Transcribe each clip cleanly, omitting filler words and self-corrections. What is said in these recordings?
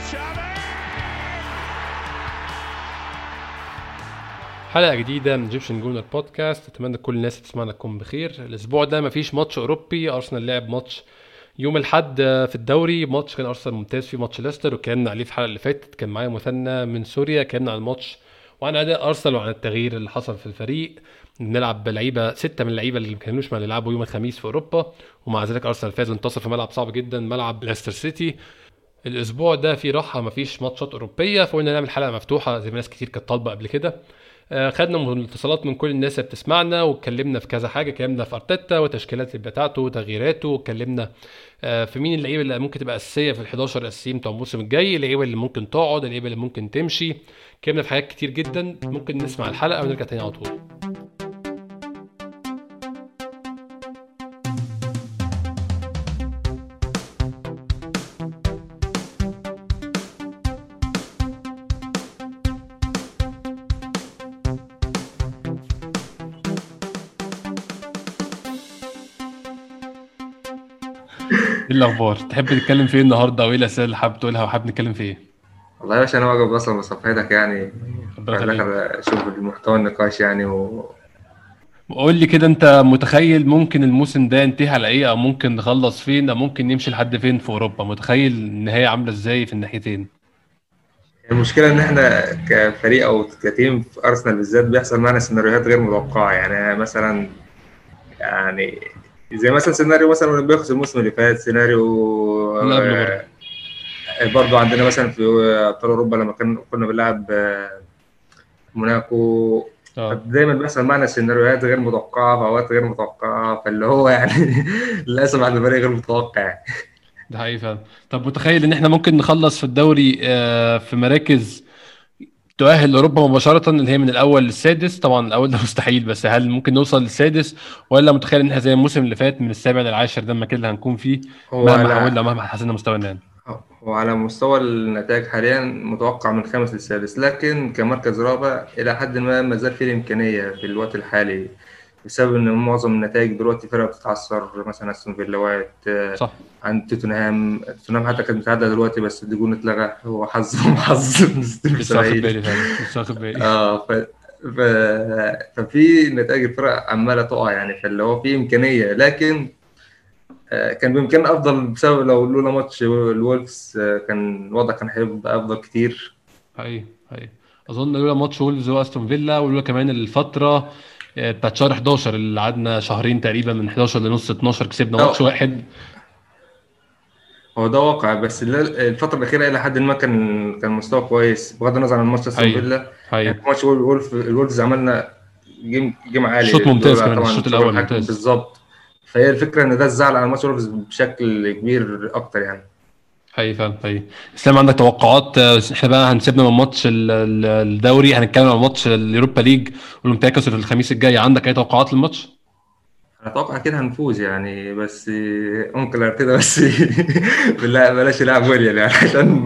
حلقة جديدة من ايجيبشن جونر بودكاست. اتمنى كل الناس اللي تسمعنا تكون بخير. الاسبوع ده مفيش ماتش اوروبي. ارسنال لعب ماتش يوم الاحد في الدوري، ماتش كان ارسنال ممتاز فيه، ماتش ليستر، وكلمنا عليه في الحلقة اللي فاتت. كان معايا مثنى من سوريا، كلمنا عن الماتش وعن اداء ارسنال وعن التغيير اللي حصل في الفريق. بنلعب بلعيبه 6 من اللعيبه اللي ما كانوش يلعبوا يوم الخميس في اوروبا، ومع ذلك ارسنال فاز وانتصر في ملعب صعب جدا، ملعب ليستر سيتي. الاسبوع ده في راحه، مفيش ماتشات اوروبيه، فقلنا نعمل حلقه مفتوحه زي ما ناس كتير كانت طالبه قبل كده. خدنا اتصالات من كل الناس اللي بتسمعنا، واتكلمنا في كذا حاجه. اتكلمنا في ارتيتا وتشكيلات بتاعته وتغييراته، واتكلمنا في مين اللعيبه اللي ممكن تبقى اساسيه في ال11 الاساسيين بتوع الموسم الجاي، اللعيبه اللي ممكن تقعد، اللعيبه اللي ممكن تمشي. اتكلمنا في حاجات كتير جدا. ممكن نسمع الحلقه ونرجع تاني على طول. ايه الاخبار؟ تحب تتكلم في ايه النهارده، وايه الاسئله اللي حابب تقولها وحابب نتكلم في ايه؟ والله يا باشا انا واجب اصلا بصفحتك يعني. ربنا فداخل يخليك. اشوف المحتوى النقاش يعني قول لي كده، انت متخيل ممكن الموسم ده ينتهي على ايه، او ممكن نخلص فين، او ممكن نمشي لحد فين في اوروبا؟ متخيل النهايه عامله ازاي في الناحيتين؟ المشكله ان احنا كفريق او كتيم في ارسنال بالذات بيحصل معنا سيناريوهات غير متوقعه. يعني مثلا يعني زي مثلا سيناريو مثلا اولمبياكوس الموسم اللي فات، سيناريو اللي قبله برضه. برضو عندنا مثلا في ابطال اوروبا لما كنا بنلعب موناكو. اه، دايما بيحصل معنا سيناريوهات غير متوقعه في اوقات غير متوقعه، فاللي هو يعني للاسف عند فريق غير متوقع يعني. ده حقيقي فعلا. طب متخيل ان احنا ممكن نخلص في الدوري في مراكز تؤهل لاوروبا مباشره، اللي هي من الاول للسادس؟ طبعا الاول ده مستحيل، بس هل ممكن نوصل للسادس؟ ولا متخيل ان احنا زي الموسم اللي فات من السابع للعاشر، ده المكان اللي هنكون فيه هو مهما على حاولنا ومهما حسنا مستوانا يعني؟ وعلى مستوى النتائج حاليا متوقع من خامس للسادس، لكن كمركز رابع إلى حد ما زال فيه الإمكانية في الوقت الحالي، بسبب إن معظم النتائج دلوقتي فرق بتتعثر. مثلا أستون فيلا وقعت صح. عند توتنهام حتى كانت متعادلة دلوقتي، بس دي جون اتلغى، هو حظ حظ من لسه واخد 60 بالي فعلا، لسه واخد بالي. اه ف... ففي نتائج الفرق عمالة تقع يعني، فاللي هو في إمكانية، لكن كان بإمكاننا أفضل بسبب لولا ماتش الولفز. كان الوضع كان هيبقى أفضل كتير. حقيقي حقيقي. اظن لولا ماتش وولفز واستون فيلا، ولولا كمان الفتره بتاعت شهر 11 اللي قعدنا شهرين تقريبا، من 11 لنص 12 كسبنا ماتش اه واحد. هو ده واقع، بس الفترة الأخيرة إلى حد ما كان مستوى كويس بغض النظر عن ماتش أستون حقيقي فيلا. يعني حقيقي. في ماتش الولفز عملنا جيم عالي، الشوط ممتاز لولا كمان، طبعا الشوط شغل الاول الحكم ممتاز. بالظبط. فهي الفكرة إن ده الزعل على ماتش الولفز بشكل كبير أكتر يعني. حقيقي فعلا حقيقي. اسلام، عندك توقعات؟ احنا بقى هنسيبنا من ماتش الدوري، هنتكلم عن ماتش اليوروبا ليج والمنتخب في الخميس الجاي. عندك اي توقعات للماتش؟ أنا أتوقع كده هنفوز يعني، بس ممكن أرتدى بس بالله بلاش يلعب ويليان يعني عشان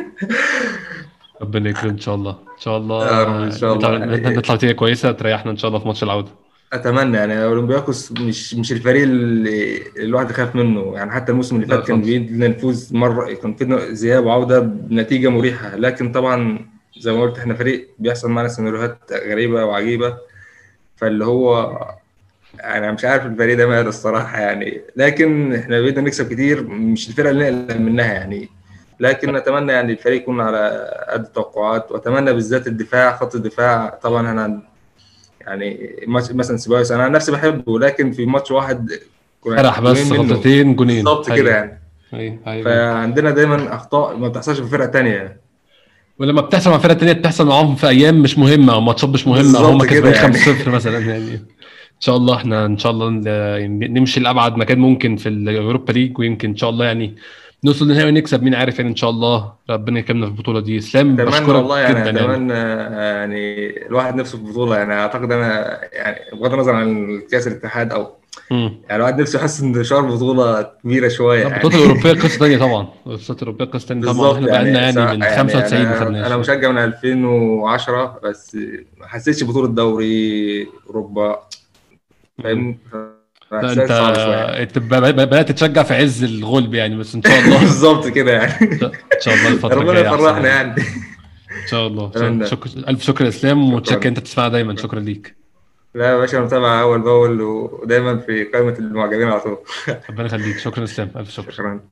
ربنا يكرم ان شاء الله، ان شاء يا رب الله إن شاء الله يعني. نطلع نتيجه كويسه تريحنا ان شاء الله في ماتش العوده. اتمنى يعني. اولمبياكوس مش الفريق اللي الواحد يخاف منه يعني. حتى الموسم اللي لا فات كان خالص. بيدنا نفوز مره، كان في ذهاب وعوده بنتيجه مريحه، لكن طبعا زي ما قلت احنا فريق بيحصل معنا سيناريوهات غريبه وعجيبه. فاللي هو انا مش عارف الفريق ده ماله الصراحه يعني، لكن احنا بدنا نكسب كتير، مش الفرقه اللي نقلق منها يعني. لكن نتمنى يعني الفريق يكون على قد التوقعات، واتمنى بالذات الدفاع، خط الدفاع طبعا. انا يعني ماتش مثلا سيبايوس انا عن نفسي بحبه، لكن في ماتش واحد فرح جونين بس منه غلطتين جونين. بالظبط كده حقيقي يعني. حقيقي حقيقي. فعندنا دايما اخطاء ما بتحصلش في فرقه تانية. ولما بتحصل مع فرقه تانية بتحصل معاهم في ايام مش مهمه او ماتشات مش مهمه، او هم بالظبط كده كسبانين يعني 5-0 مثلا يعني. ان شاء الله احنا ان شاء الله نمشي لابعد مكان ممكن في اليوروبا ليج، ويمكن ان شاء الله يعني نوصل للنهائي ونكسب. مين عارف يعني؟ ان شاء الله ربنا يكرمنا في البطوله دي. اسلام، اتمنى بشكرك والله يعني، جدا يعني. اتمنى يعني الواحد نفسه في بطوله يعني. اعتقد انا يعني بغض النظر عن كاس الاتحاد او امم يعني، الواحد نفسه يحس ان شعور بطوله كبيره شويه لا، يعني البطولات الاوروبيه قصه ثانيه طبعا، البطولات الاوروبيه قصه ثانيه طبعا، واحنا بالظبط بقى لنا يعني. يعني من يعني 95 ما انا خدناش يعني. مشجع من 2010، بس ما حسيتش بطوله دوري اوروبا، امم فاهم. لا فاحساس صعب شويه يعني. انت بدات تشجع في عز الغلب يعني، بس ان شاء الله بالظبط كده يعني. ان شاء الله الفتره ربنا الجايه احسن يفرحنا يعني. يعني. ان شاء الله اتمنى. شكر، الف شكر يا اسلام، ومتشكر شكرا. انت بتسمعنا دايما، شكرا. شكرا ليك. لا يا باشا، متابع اول باول ودايما في قائمه المعجبين على طول. ربنا يخليك، شكرا يا اسلام، الف شكر. شكرا.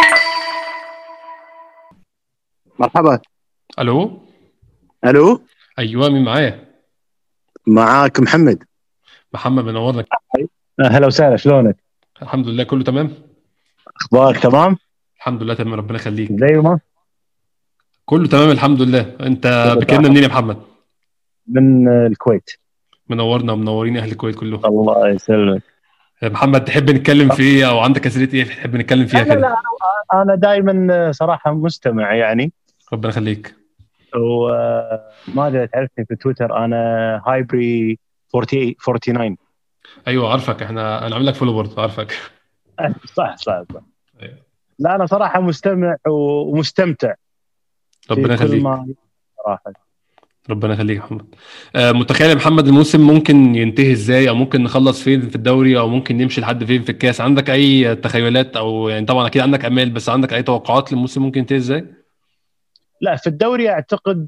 مرحبا. الو. الو، ايوه، مين معايا؟ معاك محمد. محمد، منورنا. اهلا وسهلا، شلونك؟ الحمد لله كله تمام. اخبارك تمام؟ الحمد لله تمام، ربنا يخليك. زي ما كله تمام الحمد لله. انت بكلمنا تمام. منين يا محمد؟ من الكويت. منورنا ومنورين اهل الكويت كلهم. الله يسلمك. يا محمد، تحب نتكلم في ايه، او عندك اسئله ايه تحب نتكلم لا فيها لا لا، كده؟ انا دائما صراحه مستمع يعني. ربنا يخليك. وما ادري تعرفني في تويتر، انا هايبري 49. ايوه عارفك، انا عامل لك فولو برضه، عارفك. صح صح صح. أيوة. لا انا صراحه مستمع ومستمتع في ربنا كل يخليك. ما صراحه. ربنا يخليك يا محمد. متخيل يا محمد الموسم ممكن ينتهي ازاي، او ممكن نخلص فين في الدوري، او ممكن نمشي لحد فين في الكاس؟ عندك اي تخيلات، او يعني طبعا اكيد عندك امال، بس عندك اي توقعات للموسم ممكن ينتهي ازاي؟ لا في الدوري اعتقد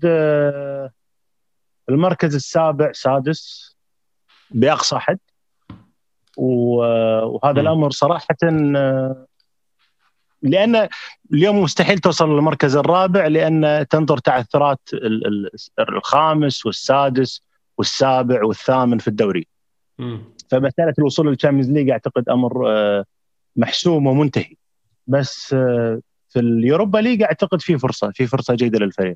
المركز السابع سادس باقصى حد. وهذا مم. الامر صراحه لان اليوم مستحيل توصل للمركز الرابع، لان تنظر تعثرات الخامس والسادس والسابع والثامن في الدوري. مم. فمساله الوصول للتشامبيونز ليج اعتقد امر محسوم ومنتهي. بس في اليوروبا ليج اعتقد في فرصه جيده للفريق.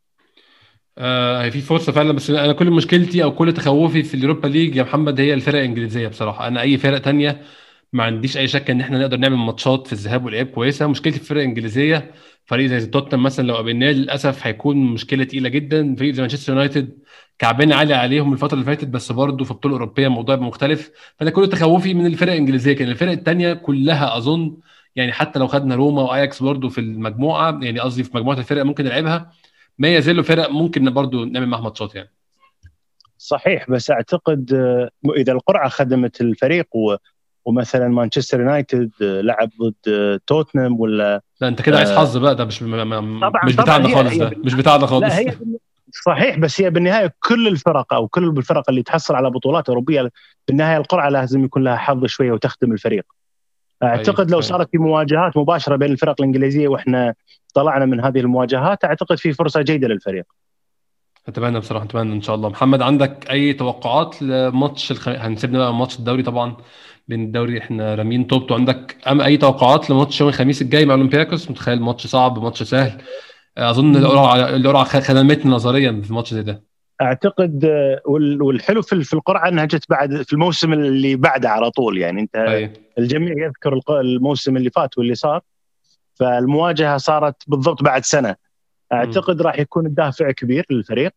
هي في فرصه فعلا، بس انا كل مشكلتي او كل تخوفي في اليوروبا ليج يا محمد هي الفرق الانجليزيه بصراحه. انا اي فرق تانية ما عنديش اي شك ان احنا نقدر نعمل ماتشات في الذهاب والاياب كويسه. مشكلتي في الفرق الانجليزيه فريق زي توتنهام مثلا لو قابلناه للاسف هيكون مشكله تقيله جدا. فريق زي مانشستر يونايتد كعبين عالي عليهم الفتره اللي فاتت، بس برضه في البطوله الاوروبيه الموضوع يبقى مختلف. فانا كل تخوفي من الفرق الانجليزيه. كان الفرق التانية كلها اظن يعني، حتى لو خدنا روما واياكس برضه في المجموعه، يعني قصدي في مجموعه الفرق ممكن نلعبها، ما يزالوا فرق ممكن برضو نعمل معاها ماتشات يعني. صحيح، بس اعتقد اذا القرعه خدمت الفريق ومثلا مانشستر يونايتد لعب ضد توتنهام ولا لا انت كده عايز حظ بقى، ده مش طبعا مش طبعا بتاعنا خالص، هي ده مش بتاعنا لا خالص. هي صحيح، بس هي بالنهايه كل الفرق او كل الفرق اللي تحصل على بطولات اوروبيه بالنهايه القرعه لازم يكون لها حظ شويه وتخدم الفريق. حقيقي اعتقد لو حقيقي. صارت في مواجهات مباشره بين الفرق الانجليزيه واحنا طلعنا من هذه المواجهات، اعتقد في فرصه جيده للفريق. اتمنى بصراحه، اتمنى ان شاء الله. محمد، عندك اي توقعات لماتش هنسيبنا بقى ماتش الدوري طبعا، لان الدوري احنا رامين توبته. عندك اي توقعات لماتش يوم الخميس الجاي مع اولمبياكوس؟ متخيل ماتش صعب، ماتش سهل؟ اظن القرعه خدمتنا نظريا في ماتش زي ده. اعتقد والحلو في القرعه انها جت بعد في الموسم اللي بعده على طول، يعني انت ايوه. الجميع يذكر الموسم اللي فات واللي صار، فالمواجهه صارت بالضبط بعد سنه. مم. اعتقد راح يكون الدافع كبير للفريق.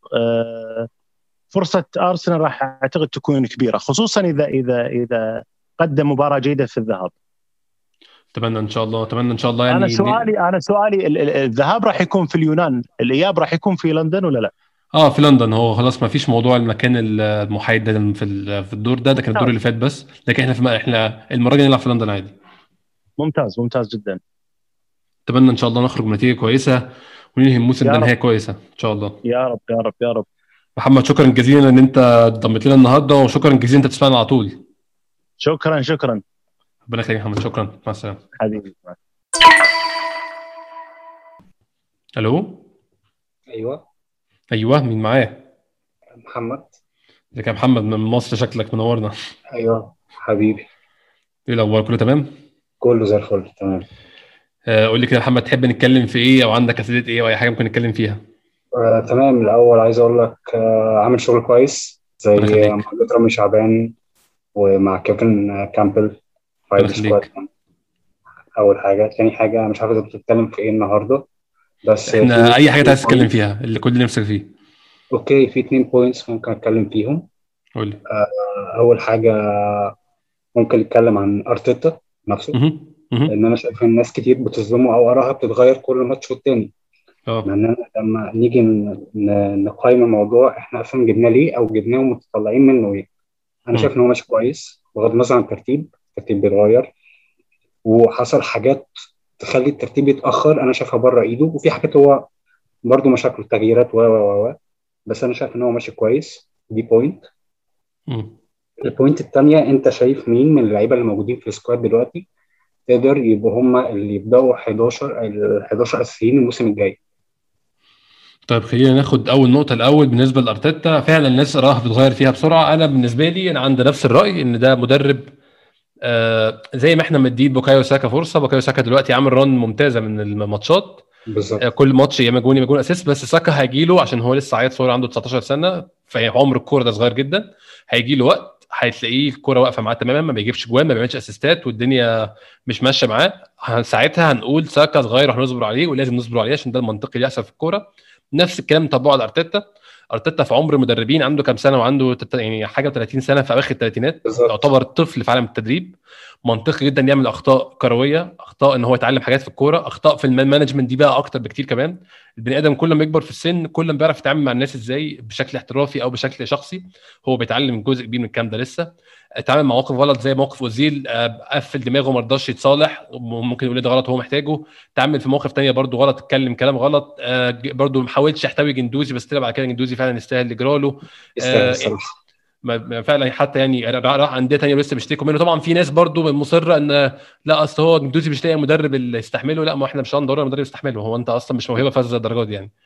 فرصه ارسنال راح اعتقد تكون كبيره، خصوصا اذا قدم مباراه جيده في الذهاب. اتمنى ان شاء الله، اتمنى ان شاء الله انا يعني. سؤالي انا سؤالي الذهاب راح يكون في اليونان، الاياب راح يكون في لندن ولا لا؟ اه في لندن. هو خلاص ما فيش موضوع المكان المحايد ده في في الدور ده كان الدور ممتاز اللي فات بس، لكن احنا المره دي نلعب في لندن عادي. ممتاز ممتاز جدا. اتمنى ان شاء الله نخرج بنتيجه كويسه وننهي الموسم يا ده رب نهايه كويسه ان شاء الله. يا رب يا رب يا رب. محمد، شكرا جزيلا ان انت انضميت لنا النهارده، وشكرا جزيلا انت بتسمعنا على طول. شكرا شكرا ربنا يخليك يا محمد، شكرا، مع السلامه. حبيبي. الو. ايوه. ايوه، مين معايا؟ محمد. ازيك يا محمد من مصر، شكلك منورنا. ايوه حبيبي. ايه الاخبار، كله تمام؟ كله زي الفل تمام. قول لي كده يا محمد، تحب نتكلم في ايه، او عندك اسئله ايه، او اي حاجه ممكن نتكلم فيها؟ تمام. الأول عايز أقول لك عامل شغل كويس ربنا زي يخليك. محمد رامي شعبان ومع كابتن كامبل ربنا فايف سكواد. يخليك. أول حاجة. تاني حاجة مش عارف إذا بتتكلم في إيه النهاردة، بس احنا في اي حاجه 2 عايز تتكلم بوينتس. فيها، اللي كل نفسك فيه. أوكي، في 2 بوينتس ممكن أتكلم فيهم. قول لي. أول حاجة ممكن نتكلم عن أرتيتا نفسه، مهم. مهم. لأن أنا شايف إن ناس كتير بتظلمه أو آرائها بتتغير كل ماتش والتاني. مع اه. إننا لما نيجي نقيم الموضوع إحنا أصلا جبناه ليه أو جبناه ومتطلعين منه إيه. انا مم. شايف ان هو ماشي كويس بغض النظر عن الترتيب. الترتيب بيتغير، وحصل حاجات تخلي الترتيب يتاخر انا شايفها بره ايده، وفي حاجات هو برضه مشاكل تغييرات و بس انا شايف ان هو ماشي كويس. دي بوينت. مم. البوينت الثانيه، انت شايف مين من اللعيبه اللي موجودين في السكواد دلوقتي تقدر يبقوا هم اللي يبداوا 11 ال 11 اساسيين الموسم الجاي؟ طيب خلينا ناخد اول نقطه الاول. بالنسبه لارتيتا فعلا الناس راح بتغير فيها بسرعه. انا بالنسبه لي انا عندي نفس الراي ان ده مدرب زي ما احنا مدين بوكايو ساكا فرصه. بوكايو ساكا دلوقتي عامل ران ممتازه من الماتشات، بالظبط. كل ماتش يا مجون يا مجون اسيست. بس ساكا هيجي له عشان هو لسه عيل صغير عنده 19 سنه، فعمر الكوره ده صغير جدا. هيجي له وقت هتلاقيه الكوره واقفه معاه تماما، ما بيجيبش جوان، ما بيعملش اسيستات، والدنيا مش ماشيه معاه. ساعتها هنقول ساكا صغير وهنصبر عليه، ولازم نصبر عليه عشان ده المنطقي اللي يحصل في الكوره. نفس الكلام طبقه على ارتيتا. ارتيتا في عمر مدربين عنده كام سنه، وعنده يعني حاجه 30 سنه في اواخر الثلاثينات، بالظبط. يعتبر طفل في عالم التدريب. منطقي جدا يعمل اخطاء كرويه، اخطاء ان هو يتعلم حاجات في الكوره، اخطاء في المانجمنت دي بقى اكتر بكتير كمان. البني ادم كل ما يكبر في السن كل ما بيعرف يتعامل مع الناس ازاي بشكل احترافي او بشكل شخصي. هو بيتعلم جزء كبير من الكلام ده لسه. اتعامل مع مواقف غلط زي موقف اوزيل، قفل دماغه ما رضاش يتصالح، ممكن يقول ده غلط هو محتاجه. تعمل في مواقف تانية برضو غلط، اتكلم كلام غلط، برضو ما حاولش يحتوي جندوزي، بس طلع بعد كده جندوزي فعلا يستاهل اجراله. يستاهل يعني الصراحه. فعلا حتى يعني راح انديه ثانيه لسه بيشتكوا منه. طبعا في ناس برضو مصره ان لا اصل هو جندوزي مش لاقي مدرب اللي يستحمله. لا، ما احنا مش هندور على مدرب يستحمله، هو انت اصلا مش موهبه فذه الدرجات دي يعني.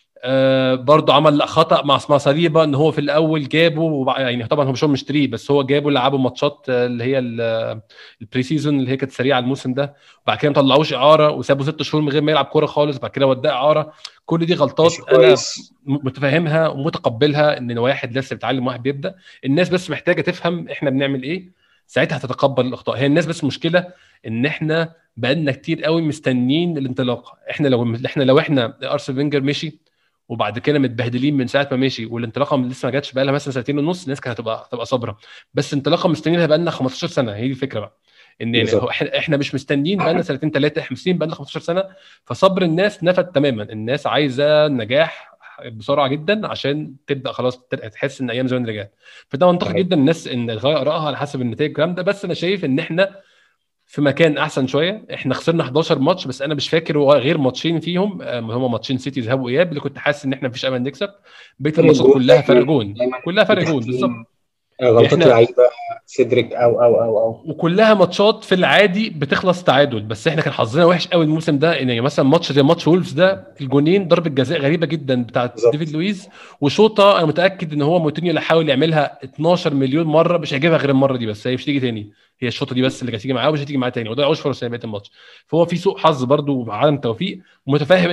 برضو عمل خطا مع صليبه، ان هو في الاول جابه يعني طبعا هو مش مشتريه، بس هو جابه لعبه ماتشات اللي هي البري سيزون اللي هي كانت سريعه الموسم ده، وبعد كده ما طلعوش اعاره وسابه 6 شهور من غير ما يلعب كوره خالص، بعد كده وداه اعاره. كل دي ماشي غلطات انا كويس. متفاهمها ومتقبلها، ان واحد لسه بيتعلم واحد بيبدا. الناس بس محتاجه تفهم احنا بنعمل ايه، ساعتها هتتقبل الاخطاء. هي الناس بس مشكله ان احنا بقالنا كتير قوي مستنيين الانطلاقه. احنا لو ارسنال فينجر مشي وبعد كده متبهدلين من ساعه ما مشي، والانطلاقه لسه ما جاتش بقى لها مثلا سنتين ونص، الناس كانت هتبقى صابره. بس انطلاقه مستنيينها بقى لنا 15 سنه، هي دي الفكره بقى. ان يعني بالظبط. احنا مش مستنيين بقى لنا سنتين ثلاثه، احنا مستنيين بقى لنا 15 سنه. فصبر الناس نفد تماما. الناس عايزه نجاح بسرعه جدا عشان تبدا خلاص تحس ان ايام زمان رجعت. فده منطقي صحيح. جدا الناس ان تغير ارائها على حسب النتائج الكلام ده. بس انا شايف ان احنا في مكان احسن شويه. احنا خسرنا 11 ماتش، بس انا مش فاكر غير ماتشين فيهم هم ماتشين سيتي ذهاب واياب اللي كنت حاسس ان احنا مفيش امل نكسب. بقيه فرق الماتشات الجول كلها فرق دايما جون، دايما كلها فرق جون بتحكيم، بالظبط. يعني غلطات احنا لعيبه، سيدريك او وكلها ماتشات في العادي بتخلص تعادل، بس احنا كان حظنا وحش قوي الموسم ده. ان يعني مثلا ماتش زي ماتش وولفز ده، الجونين ضربه جزاء غريبه جدا بتاعت ديفيد بالظبط. لويز، وشوطه انا متاكد ان هو موتينيو اللي حاول يعملها 12 مليون مره مش هيجيبها غير المره دي، بس هي مش تيجي تاني. هي الشوطه دي بس اللي كانت هتيجي معاه ومش هتيجي معاه تاني، وده فرص بقيه الماتش. فهو في سوء حظ برضو وعدم توفيق. متفاهم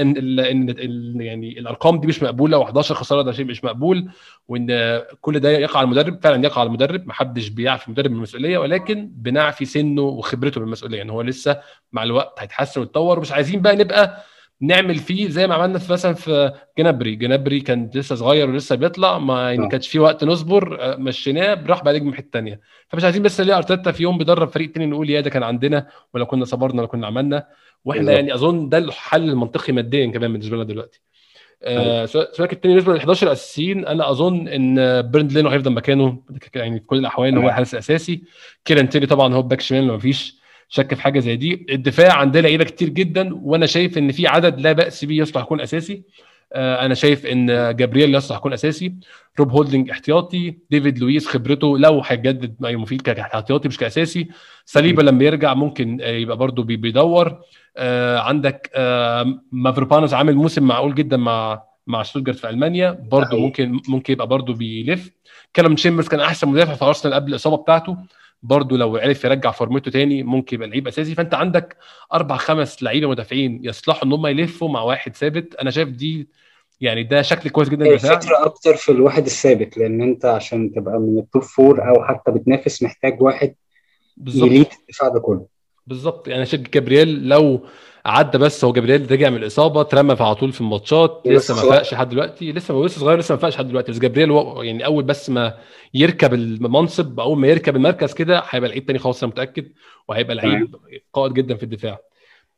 ان يعني الارقام دي مش مقبوله، و11 خساره ده شيء مش مقبول، وان كل ده يقع على المدرب. فعلا يقع على المدرب، محدش بيعفي المدرب من المسؤوليه، ولكن بنعفي سنه وخبرته من المسؤوليه. يعني هو لسه مع الوقت هيتحسن ويتطور، ومش عايزين بقى نبقى نعمل فيه زي ما عملنا في مثلا في جنابري كان لسه صغير ولسه بيطلع، ما يعني كانش في وقت نصبر، مشيناه راح بقى نجم حته ثانيه. فمش عايزين بس ليه ارتيتا في يوم بيدرب فريق تاني نقول يا ده كان عندنا، ولا كنا صبرنا ولا كنا عملنا. واحنا بالظبط. يعني اظن ده الحل المنطقي ماديا كمان بالنسبه لنا دلوقتي. أيوة. سؤالك الثاني بالنسبه لل 11 الاساسيين، انا اظن ان بيرند لينو هيفضل مكانه يعني في كل الاحوال، هو تمام. الحارس الاساسي. كيران تيري طبعا هو باك شمال، ما فيش شك في حاجه زي دي. الدفاع عندنا لعيبه كتير جدا، وانا شايف ان في عدد لا باس به يصلح يكون اساسي. انا شايف ان جابرييل يصلح يكون اساسي، روب هولدنج احتياطي، ديفيد لويس خبرته لو هيجدد مفيد كاحتياطي مش كاساسي. ساليبا لما يرجع ممكن يبقى برضو بيدور. عندك مافروبانوس عامل موسم معقول جدا مع شتوتجارت في المانيا، ده برضو حقيقي. ممكن يبقى برضو بيلف. كلام تشيمبرز كان احسن مدافع في ارسنال قبل الاصابه بتاعته، برضو لو عرف يرجع فورمته تاني ممكن يبقى لعيب اساسي. فانت عندك 4-5 لعيبه مدافعين يصلحوا ان هم يلفوا مع واحد ثابت. انا شايف دي يعني ده شكل كويس جدا للدفاع. الفكره اكتر في الواحد الثابت، لان انت عشان تبقى من التوب فور او حتى بتنافس محتاج واحد يليد بالظبط الدفاع ده كله. بالظبط. يعني شك جابرييل لو عدى، بس هو جابرييل رجع من الاصابه اترمى على طول في الماتشات، لسه ولسه ما صغير. فاقش لحد دلوقتي، لسه صغير، لسه ما فاقش لحد دلوقتي. بس جابرييل يعني اول بس ما يركب المنصب، اول ما يركب المركز كده هيبقى لعيب تاني خالص انا متاكد، وهيبقى تمام. لعيب قائد جدا في الدفاع.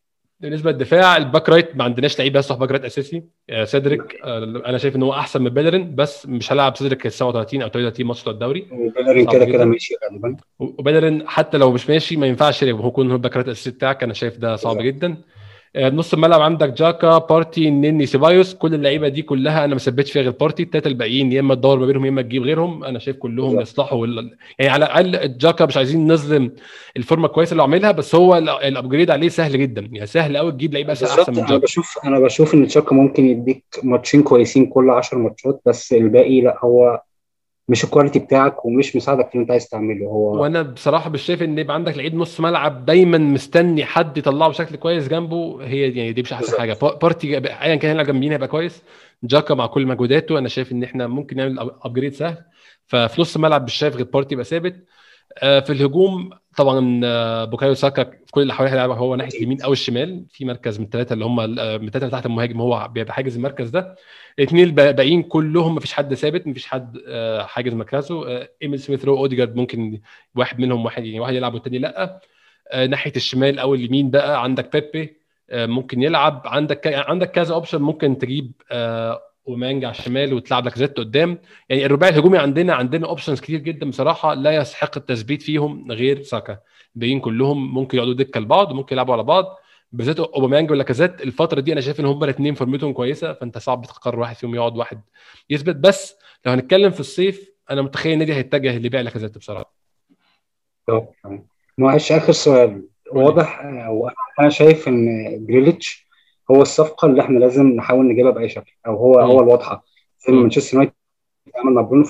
بالنسبه للدفاع الباك رايت ما عندناش لعيب بس باك رايت اساسي. سيدريك انا شايف ان هو احسن من بيلرين، بس مش هلعب سيدريك 37 او 33 ماتش بتوع الدوري، وبيلرين صعب كده كده جدا. ماشي غالبا. وبيلرين حتى لو مش ماشي ما ينفعش يكون هو الباك رايت الاساسي بتاعك، انا شايف ده صعب بالظبط. جدا. نص الملعب عندك جاكا، بارتي، نني، سيبايوس. كل اللعيبه دي كلها انا ما ثبتش فيها غير بارتي. الثلاثه الباقيين يا اما تدور ما بينهم يا اما تجيب غيرهم. انا شايف كلهم بالظبط. يصلحوا يعني على الاقل جاكا مش عايزين نظلم الفورمه الكويسه اللي عملها، بس هو الابجريد عليه سهل جدا، يعني سهل قوي تجيب لعيبه احسن بالظبط، من انا جاكا. بشوف ان تشاكا ممكن يديك ماتشين كويسين كل 10 ماتشات، بس الباقي لا، هو مش الكواليتي بتاعك ومش مساعدك في اللي انت عايز تعمله هو. وانا بصراحه مش شايف ان يبقى عندك لعيب نص ملعب دايما مستني حد يطلعه بشكل كويس جنبه، هي يعني دي مش احسن حاجه. بالظبط. بارتي ايا كان يلعب جنبين هيبقى كويس. جاكا مع كل مجهوداته انا شايف ان احنا ممكن نعمل ابجريد سهل. ففي نص الملعب مش شايف غير بارتي يبقى ثابت. في الهجوم طبعا بوكايو ساكا في كل الاحوال هيلعب هو ناحيه اكيد. اليمين او الشمال، في مركز من الثلاثه اللي هم من الثلاثه اللي تحت المهاجم هو بيبقى حاجز المركز ده. الاثنين الباقيين كلهم مفيش حد ثابت، مفيش حد حاجز مركزه. ايميل سميث رو، اوديجارد ممكن واحد منهم، واحد يعني واحد يلعب والتاني لا. ناحيه الشمال او اليمين بقى عندك بيبي ممكن يلعب. عندك كذا اوبشن، ممكن تجيب ومانج على الشمال وتلعب لك زيت قدام. يعني الرباعي الهجومي عندنا اوبشنز كتير جدا بصراحه، لا يستحق التثبيت فيهم غير ساكا. الباقيين كلهم ممكن يقعدوا دكه لبعض وممكن يلعبوا على بعض، بالذات اوباميانج ولا كازات. الفتره دي انا شايف ان هم الاثنين فورمتهم كويسه، فانت صعب تقرر واحد فيهم يقعد واحد يثبت. بس لو هنتكلم في الصيف انا متخيل النادي هيتجه لبيع لاكازيت بصراحه. طب معلش اخر سؤال. قول لي. واضح او انا شايف ان جريليتش هو الصفقه اللي احنا لازم نحاول نجيبها باي شكل، او هو امم الواضحه زي ما امم مانشستر يونايتد عمل مع برونو.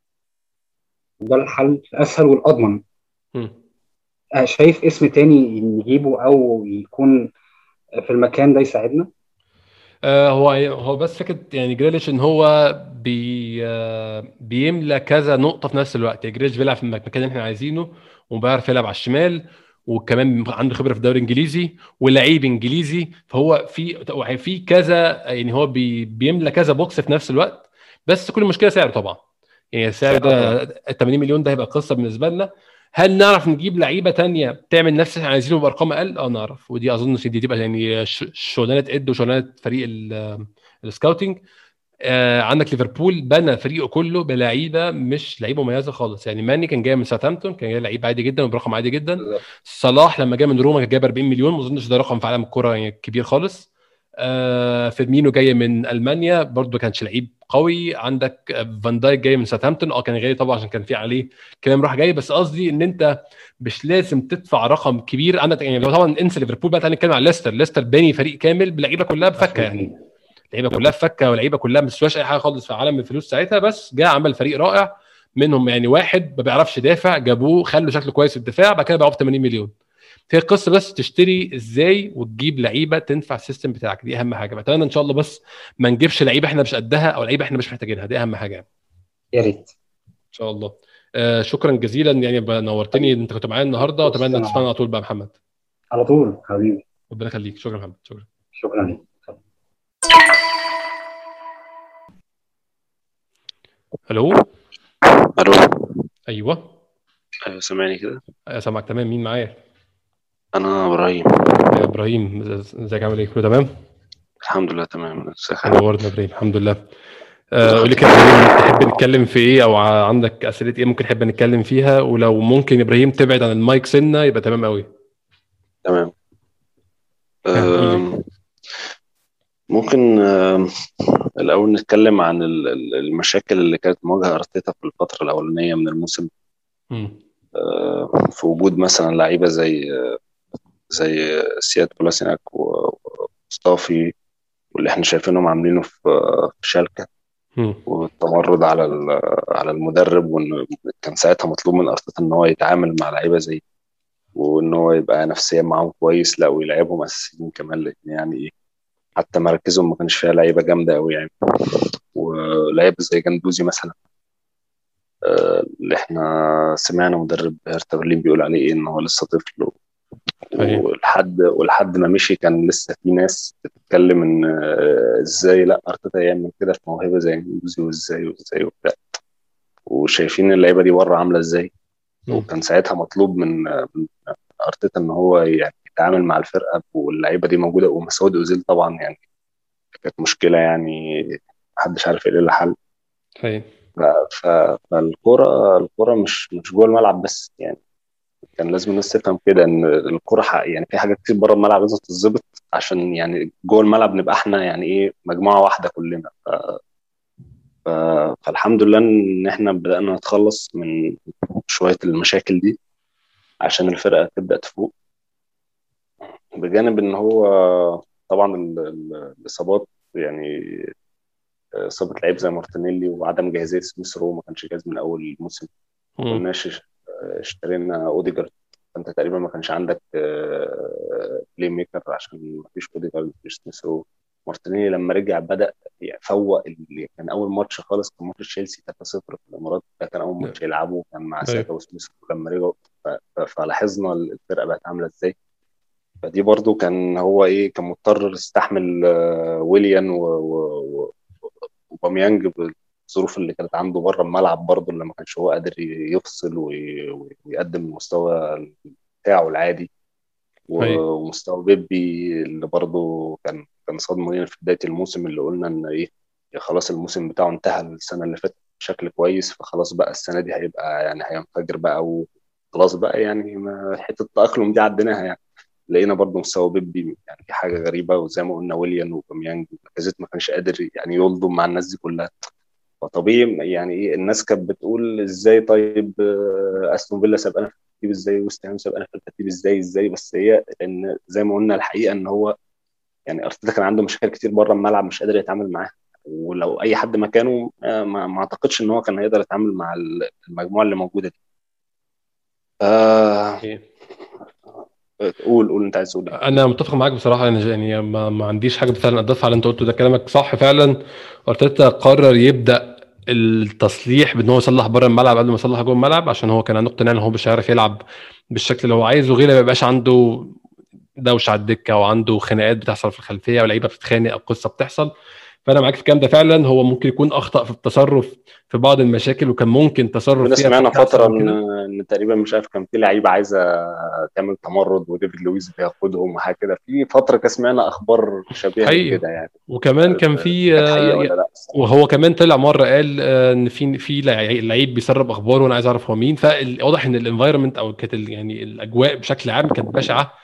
ده الحل الاسهل والاضمن. امم شايف اسم تاني نجيبه او يكون في المكان ده يساعدنا؟ هو بس فكره يعني جريليش ان هو بيملى كذا نقطه في نفس الوقت. يعني جريليش بيلعب في المكان اللي احنا عايزينه وبيعرف يلعب على الشمال، وكمان عنده خبره في الدوري الانجليزي ولعيب انجليزي، فهو في كذا يعني هو بيملى كذا بوكس في نفس الوقت. بس كل المشكله سعره طبعا، يعني السعر طبعا. ده ال 80 مليون ده هيبقى قصه بالنسبه لنا. هل نعرف نجيب لعيبه تانية تعمل نفس اللي احنا عايزينه بارقام اقل؟ نعرف، ودي اظن دي تبقى يعني شغلانه اد وشغلانه فريق السكاوتنج. عندك ليفربول بنى فريقه كله بلعيبه مش لعيبه مميزه خالص. يعني ماني كان جاي من ساوثهامبتون، كان جاي لعيب عادي جدا وبرقم عادي جدا. بالظبط. صلاح لما جاي من روما كان جايب 40 مليون، ما اظنش ده رقم في عالم الكوره يعني كبير خالص. فيرمينو جاي من المانيا برضه ما كانش لعيب قوي. عندك فان دايك جاي من ساوثهامبتون، كان غالي طبعا عشان كان في عليه كلام راح جاي، بس قصدي ان انت مش لازم تدفع رقم كبير. عندك يعني لو طبعا انسى ليفربول بقى، تعالى نتكلم عن ليستر باني فريق كامل بلعيبه كلها بفكه يعني. مظبوطين. لعيبه كلها فكه ولعيبه كلها ما تسواش اي حاجه خالص في عالم الفلوس ساعتها، بس جاء عمل فريق رائع. منهم يعني واحد ما بيعرفش يدافع جابوه خلوا شكله كويس في الدفاع، بعد كده باعوه ب 80 مليون. هي القصه بس تشتري ازاي وتجيب لعيبه تنفع السيستم بتاعك، دي اهم حاجه. بتمنى ان شاء الله بس ما نجيبش لعيبه احنا مش قدها او لعيبه احنا مش محتاجينها، دي اهم حاجه يا ريت. ان شاء الله. شكرا جزيلا يعني نورتني، انت كنت معايا النهارده، بص واتمنى انا تسمعنا على طول بقى محمد. على طول حبيبي. ربنا يخليك، شكرا محمد، شكرا. شكرا لك. الو. الو. ايوه. ايوه سامعني كده. سامعك تمام. مين معايا؟ انا ابراهيم. يا ابراهيم، ازيك عامل ايه؟ كله تمام؟ الحمد لله تمام. ازيك؟ نورنا ابراهيم، الحمد لله. الله قول لي يخليك. كده ابراهيم، تحب نتكلم في ايه او عندك اسئله ايه ممكن نحب نتكلم فيها؟ ولو ممكن ابراهيم تبعد عن المايك سنه يبقى تمام قوي. تمام. قول لي. ممكن الاول نتكلم عن المشاكل اللي كانت مواجهه ارتيتا في الفتره الاولانيه من الموسم. مم. في وجود مثلا لعيبه زي سياد بولاسيناك ومصطفي، واللي احنا شايفينهم عاملينه في شالكه، مم. والتمرد على المدرب، وان كان ساعتها مطلوب من ارتيتا ان هو يتعامل مع لعيبه زي، وان هو يبقى نفسيا معاهم كويس، لا ويلعبهم اساسيين كمان، لان يعني ايه، حتى مراكزهم ما كانش فيها لعيبه جامده قوي يعني. ولعيبه زي جندوزي مثلا، اللي احنا سمعنا مدرب هيرتا برلين بيقول عليه ايه، ان هو لسه طفل، صحيح. ولحد ما مشي كان لسه في ناس بتتكلم ان ازاي لا ارتيتا يعمل كده في موهبه زي جندوزي، وازاي وبتاع، وشايفين اللعيبه دي بره عامله ازاي. مم. وكان ساعتها مطلوب من ارتيتا ان هو يعني يتعامل مع الفرقه واللعيبه دي موجوده، ومسعود اوزيل طبعا يعني كانت مشكله يعني محدش عارف ايه الحل. فالكرة مش جوه الملعب بس يعني. كان لازم الناس تفهم كده ان الكرة يعني في حاجات كتير بره الملعب لازم تتظبط عشان يعني جوه الملعب نبقى احنا يعني ايه مجموعة واحدة كلنا. فالحمد لله ان احنا بدأنا نتخلص من شوية المشاكل دي عشان الفرقة تبدأ تفوق، بجانب ان هو طبعا الاصابات يعني اصابة لعيب زي مارتينيلي وعدم جاهزية سميث رو، ما كانش جاهز من اول الموسم. كناش اشترينا اوديجارد، فانت تقريبا ما كانش عندك بلاي ميكر عشان ما فيش اوديجارد مفيش سميث رو. مارتينيلي لما رجع بدأ يفوق، اللي كان اول ماتش خالص كان ماتش تشيلسي 3-0 في الامارات، ده كان اول ماتش يلعبه كان مع ساكا وسميث لما رجعوا. فلاحظنا الفرقه بقت عامله ازاي. فدي برضو كان هو ايه كان مضطر يستحمل ويليان وباميانج بالظروف اللي كانت عنده بره الملعب برضو، اللي ما كانش هو قادر يفصل ويقدم المستوى بتاعه العادي. ومستوى بيبي اللي برضو كان صدمه لينا في بدايه الموسم، اللي قلنا ان ايه خلاص الموسم بتاعه انتهى السنه اللي فاتت بشكل كويس، فخلاص بقى السنه دي هيبقى يعني هينفجر بقى وخلاص بقى يعني حته التاقلم دي عديناها يعني. لقينا برضو مستوى بيبي يعني في حاجه غريبه، وزي ما قلنا ويليان وباميانج لاكازيت ما كانش قادر يعني يلضم مع الناس دي كلها. فطبيعي يعني ايه الناس كانت بتقول ازاي طيب استون فيلا سابقنا في الترتيب ازاي، وست هام سابقنا في الترتيب ازاي بس هي ان زي ما قلنا الحقيقه ان هو يعني ارتيتا كان عنده مشاكل كتير بره الملعب مش قادر يتعامل معاها، ولو اي حد مكانه ما اعتقدش ان هو كان هيقدر يتعامل مع المجموعه اللي موجوده دي. قول انت عايز تقول ايه؟ انا متفق معاك بصراحه، انا يعني ما عنديش حاجه فعلا اضيفها على اللي انت قلته ده، كلامك صح فعلا. ارتيتا قرر يبدا التصليح بان هو يصلح بره الملعب قبل ما يصلح جوه الملعب، عشان هو كان عنده اقتناع ان هو مش هيعرف يلعب بالشكل اللي هو عايزه، غير ما يبقاش عنده دوشه على الدكه وعنده خناقات بتحصل في الخلفيه ولعيبه بتتخانق او قصه بتحصل. فانا معاك في الكلام ده فعلا، هو ممكن يكون اخطا في التصرف في بعض المشاكل وكان ممكن تصرف فيها سمعنا فتره ان تقريبا مش عارف كان في لعيبه عايزه تعمل تمرد وديفيد لويس بياخدهم وحاجه كده، في فتره كان سمعنا اخبار شبيهه كده يعني. وكمان كان في وهو كمان طلع مره قال ان في لعيب بيسرب اخبار وانا عايز اعرف هو مين. فواضح ان الانفايرمنت او كانت يعني الاجواء بشكل عام كانت بشعه،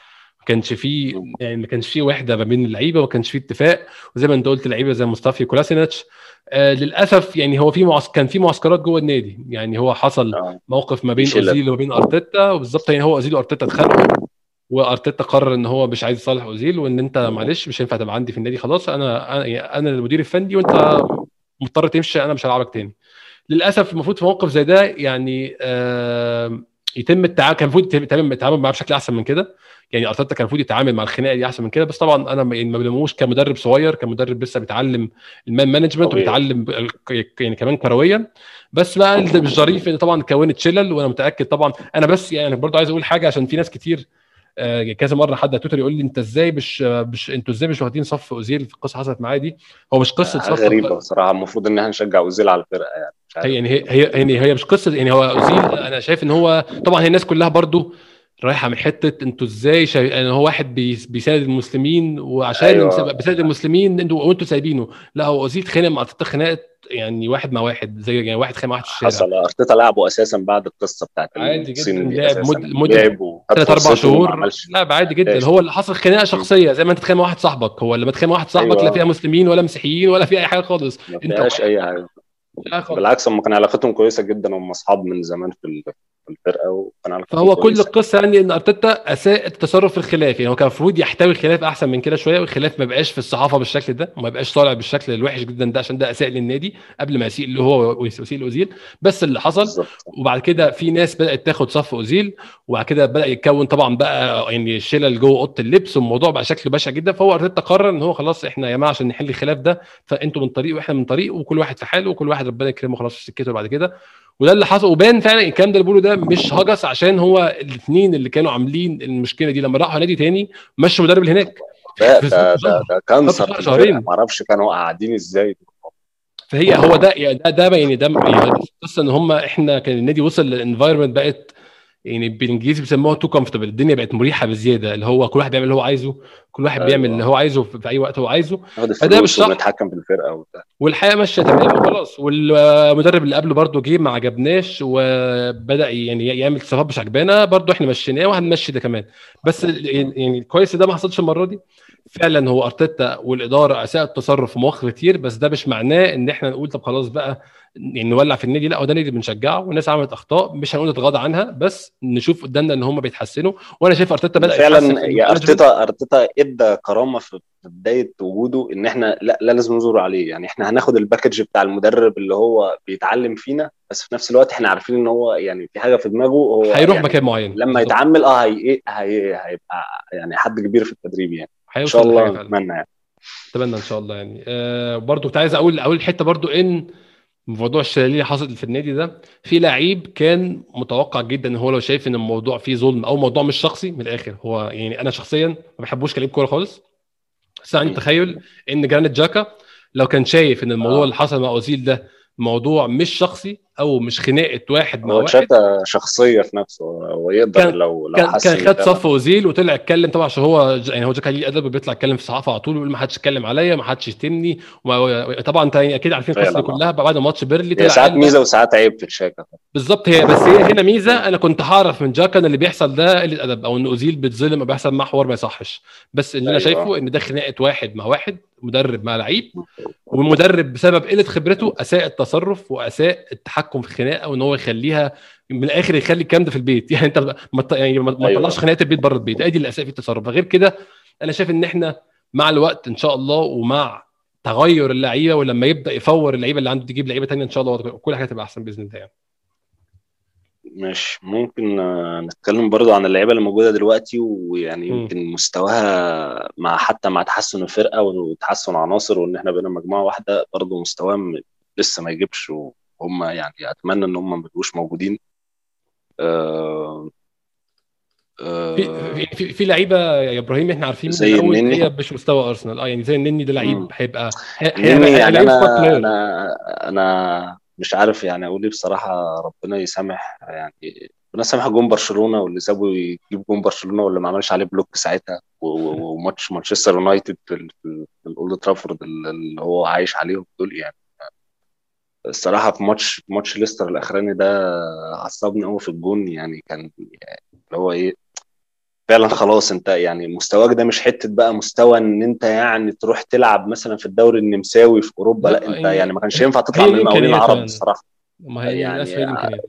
ما كانش فيه وحده ما بين اللعيبه، وما كانش فيه اتفاق. وزي ما انت قلت لعيبه زي مصطفى كولاسينيتش للاسف يعني هو كان في معسكرات جوه النادي، يعني هو حصل موقف ما بين اوزيل وما بين ارتيتا، وبالظبط يعني هو اوزيل وارتيتا اتخانقوا، وارتيتا قرر ان هو مش عايز يصالح اوزيل، وان انت معلش مش هينفع تبقى عندي في النادي خلاص، انا المدير الفني وانت مضطر تمشي، انا مش هلعبك تاني. للاسف المفروض في موقف زي ده يعني يتم التعامل، كان المفروض يتعامل معاه بشكل احسن من كده. يعني ارتيتا كان المفروض يتعامل مع الخناقه دي احسن من كده، بس طبعا انا ما بلوموش كمدرب صغير، كمدرب لسه بيتعلم المان مانجمنت وبيتعلم يعني كمان كرويا. بس بقى اللي مش ظريف ان طبعا كونت شلل، وانا متاكد طبعا انا بس يعني برضو عايز اقول حاجه عشان في ناس كتير كذا مره حد على تويتر يقول لي انت ازاي انتوا ازاي مش واخدين صف اوزيل في القصه حصلت معايا دي. هو مش قصه صف غريبه بصراحه، المفروض ان احنا نشجع اوزيل على الفرقه يعني مش عارف. هي مش قصه يعني هو اوزيل، انا شايف ان هو طبعا هي الناس كلها برضو رايحه من حته انتوا ازاي يعني هو واحد بيساعد المسلمين وعشان بيساعد المسلمين وانتوا سايبينه. لا، هو اوزيل اتخانق مع ارتيتا خناقه يعني واحد مع واحد، زي يعني واحد خانق واحد في الشارع. حصل ارتيتا لعبه اساسا بعد القصه بتاعت عادي جدا، لعب مده 3-4 شهور، لا عادي جدا. هو اللي حصل خناقه شخصيه زي ما انت تتخانق مع واحد صاحبك، هو لما تتخانق مع واحد صاحبك لا فيها مسلمين ولا مسيحيين ولا في اي حاجه خالص، ما فيهاش اي حاجه. بالعكس هم كان علاقتهم كويسه جدا، هم اصحاب من زمان في الفرقه وكان علاقتهم فهو كل القصه يعني ان ارتيتا اساء التصرف في الخلاف، يعني هو كان المفروض يحتوي الخلاف احسن من كده شويه، والخلاف ما بقاش في الصحافه بالشكل ده وما بقاش طالع بالشكل الوحش جدا ده، عشان ده اساء للنادي قبل ما يسيء اللي هو ويسيء لاوزيل. بس اللي حصل بالزبط. وبعد كده في ناس بدات تاخد صف اوزيل، وبعد كده بدا يتكون طبعا بقى يعني شلل جوه اوضه اللبس، والموضوع بقى شكله بشع جدا. فهو ارتيتا قرر ان هو خلاص احنا يا جماعه عشان نحل الخلاف ده فانتوا من طريق واحنا من طريق، وكل واحد في حاله، وكل واحد ربنا يكرمه خلاص في سكته بعد كده. وده اللي حصل، وبان فعلا الكلام ده اللي بقوله ده مش هجس، عشان هو الاثنين اللي كانوا عاملين المشكله دي لما راحوا نادي تاني مشوا مدرب اللي هناك. ده كانسر في الفرقه، ما اعرفش كانوا قاعدين ازاي. فهي هو ده يعني ده يعني القصه ان هم احنا كان النادي وصل للانفايرمنت بقت يعني بالانجليزي بيسموها تو كومفورتبل. الدنيا بقت مريحه بزياده، اللي هو كل واحد بيعمل اللي هو عايزه، كل واحد بيعمل اللي ايوه هو عايزه في اي وقت هو عايزه. ناخد فده مش الفلوس صح، وبنتحكم في الفرقه وبتاع. والحياه ماشيه تمام وخلاص. والمدرب اللي قبله برضه جه ما عجبناش وبدا يعني يعمل صفات مش عجبانا، برضه احنا مشيناه وهنمشي ده كمان. بس يعني الكويس ده ما حصلش المره دي. فعلا هو ارتيتا والاداره اساءوا التصرف في مواقف كتير، بس ده مش معناه ان احنا نقول طب خلاص بقى يعني نولع في النادي. لا، هو ده نادي بنشجعه والناس عملت اخطاء مش هنقول نتغاضى عنها، بس نشوف قدامنا ان هم بيتحسنوا. وانا شايف ارتيتا بدا يتحسن وفعلا في يا المانجمنت. ارتيتا ادى كرامه في بدايه وجوده، ان احنا لا لازم ننظر عليه. يعني احنا هناخد الباكج بتاع المدرب اللي هو بيتعلم فينا، بس في نفس الوقت احنا عارفين ان هو يعني في حاجه في دماغه هو هيروح يعني مكان معين لما بالظبط، يتعامل هيبقى يعني حد كبير في التدريب يعني. ان شاء هيوصل لحاجه الله فعلا. نتمنى يعني. اتمنى ان شاء الله يعني. برضو كنت عايز اقول حته برضو ان موضوع الشلاليه اللي حصلت في النادي ده، في لعيب كان متوقع جدا ان هو لو شايف ان الموضوع فيه ظلم او موضوع مش شخصي من الاخر. هو يعني انا شخصيا ما بحبوش كلاعب كوره خالص، بس انا عندي تخيل ان جرانيت جاكا لو كان شايف ان الموضوع اه اللي حصل مع اوزيل ده موضوع مش شخصي او مش خناقه واحد مع هو واحد، تشاكا شخصيه في نفسه، هو يقدر كان لو كان حس ان خد فعلا. صف اوزيل وطلع اتكلم طبعا، عشان هو يعني هو جاكا ليه ادب بيطلع يتكلم في الصحافه على طول ويقول ما حدش اتكلم عليا، ما حدش يشتمني. طبعا انت اكيد عارفين القصه فعلا دي كلها. بعد ماتش بيرلي هي طلع ساعات قال ميزه لا. وساعات عيب في تشاكا. بالظبط، هي هنا ميزه. انا كنت هعرف من جاكا ان اللي بيحصل ده قله ادب، او ان اوزيل بيتظلم او بيحصل معاه حوار ما يصحش. بس اللي انا ايوه شايفه ان ده خناقه واحد مع واحد، مدرب مع لعيب، والمدرب بسبب قله خبرته اساء التصرف واساء التحكم في الخناقه، وان هو يخليها من الاخر يخلي الكلام ده في البيت. يعني انت يعني ما تطلعش ايوه خناقه البيت بره البيت، ادي اللي اساء فيه التصرف. غير كده انا شايف ان احنا مع الوقت ان شاء الله، ومع تغير اللعيبه، ولما يبدا يفور اللعيبه اللي عنده تجيب لعيبه تانية ان شاء الله كل حاجه تبقى احسن باذن الله يعني. مش ممكن نتكلم برضو عن اللعيبه اللي موجوده دلوقتي، ويعني امم يمكن مستواها مع حتى مع تحسن الفرقه وتحسن عناصر، وان احنا بقينا مجموعه واحده برضو مستواهم لسه ما يجيبش، وهم يعني اتمنى ان هم ما يبقوش موجودين. آه، في آه، في لعيبه يا ابراهيم احنا عارفين من زي الاول ان النني. هي مش مستوى ارسنال. يعني زي النني ده لعيب هيبقى النني هيبقى يعني لعيب سكواد انا بلاير. انا مش عارف يعني اقول ايه بصراحه. ربنا يسامح يعني، ربنا يسامح جون برشلونه واللي سابه يجيب جون برشلونه، واللي ما عملش عليه بلوك ساعتها، وماتش مانشستر يونايتد في الاولد ترافورد اللي هو عايش عليهم دول يعني. الصراحه في ماتش ليستر الاخراني ده عصبني قوي في الجون. يعني كان يعني اللي هو ايه، فعلا خلاص انت يعني مستواك ده مش حته بقى مستوى ان انت يعني تروح تلعب مثلا في الدوري النمساوي في اوروبا. لا لا انت يعني يعني ما كانش ينفع تطلع هي من دي المقاولين الامكانيات العرب فعلا. بصراحه. ما هي للاسف يعني هي دي الامكانيات.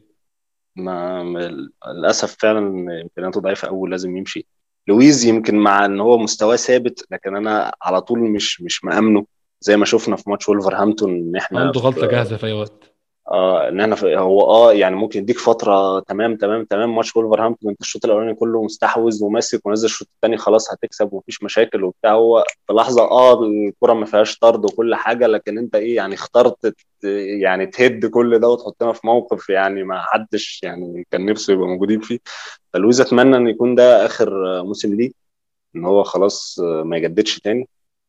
للاسف فعلا امكانياته ضعيفه قوي، لازم يمشي. لويز يمكن مع ان هو مستواه ثابت، لكن انا على طول مش مأمنه، زي ما شفنا في ماتش وولفرهامبتون ان احنا عنده غلطه في جاهزه في اي وقت. ان احنا هو يعني ممكن يديك فتره تمام تمام تمام. ماتش وولفرهامبتون انت الشوط الاولاني كله مستحوذ وماسك ونزل، الشوط الثاني خلاص هتكسب ومفيش مشاكل وبتاع. هو في لحظه الكره ما فيهاش طرد وكل حاجه، لكن انت ايه يعني اخترت يعني تهد كل ده وتحطنا في موقف يعني ما حدش يعني كان نفسه يبقى موجودين فيه. فلويز اتمنى ان يكون ده اخر موسم ليه، ان هو خلاص ما يجددش تاني.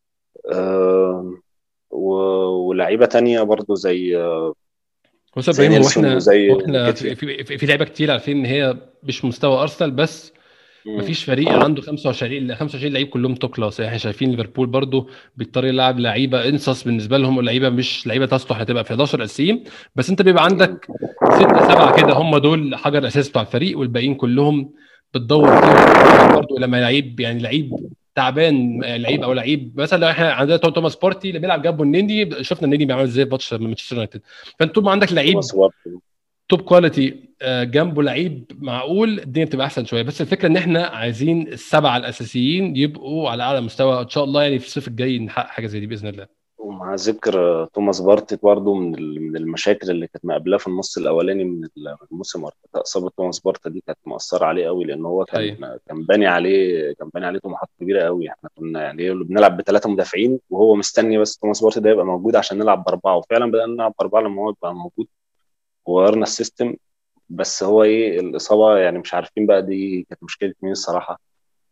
ولاعيبه تانية برضو بص يا زي ابراهيم، هو نيلسون احنا وزي هو احنا نكيتيا. في لعيبه كتير عارفين ان هي مش مستوى ارسنال، بس مفيش فريق عنده 25 لعيب كلهم توب كلاس. يعني احنا شايفين ليفربول برضو بيضطر يلعب لعيبه انصص بالنسبه لهم، لعيبه مش لعيبه تصلح هتبقى في 11 اساسيين، بس انت بيبقى عندك 6 7 كده هم دول حجر الاساس بتاع الفريق، والباقيين كلهم بتدور فيهم برضو. لما لعيب يعني لعيب تعبان، لعيب او لعيب مثلا لو احنا عندنا توماس بارتي اللي بيلعب جنبه النني، شفنا النني بيعمل ازاي في ماتش مانشستر يونايتد. فانت طول ما عندك لعيب توماس وارد. توب كواليتي جنبه لعيب معقول، الدنيا بتبقى احسن شويه. بس الفكره ان احنا عايزين ال7 الاساسيين يبقوا على اعلى مستوى ان شاء الله، يعني في الصيف الجاي نحقق حاجه زي دي باذن الله. ومع ذكر توماس بارتي برضه من المشاكل اللي كانت مقابلاه في النص الاولاني من الموسم، اصابه توماس بارتي دي كانت مؤثره عليه قوي، لان هو كان حقيقي. باني عليه طموحات كبيره قوي. احنا كنا يعني بنلعب ب3 مدافعين وهو مستني بس توماس بارتي ده يبقى موجود عشان نلعب ب4، وفعلا بدأنا نلعب ب4 لما هو يبقى موجود وغيرنا السيستم. بس هو ايه الاصابه يعني مش عارفين بقى دي كانت مشكله مين الصراحه.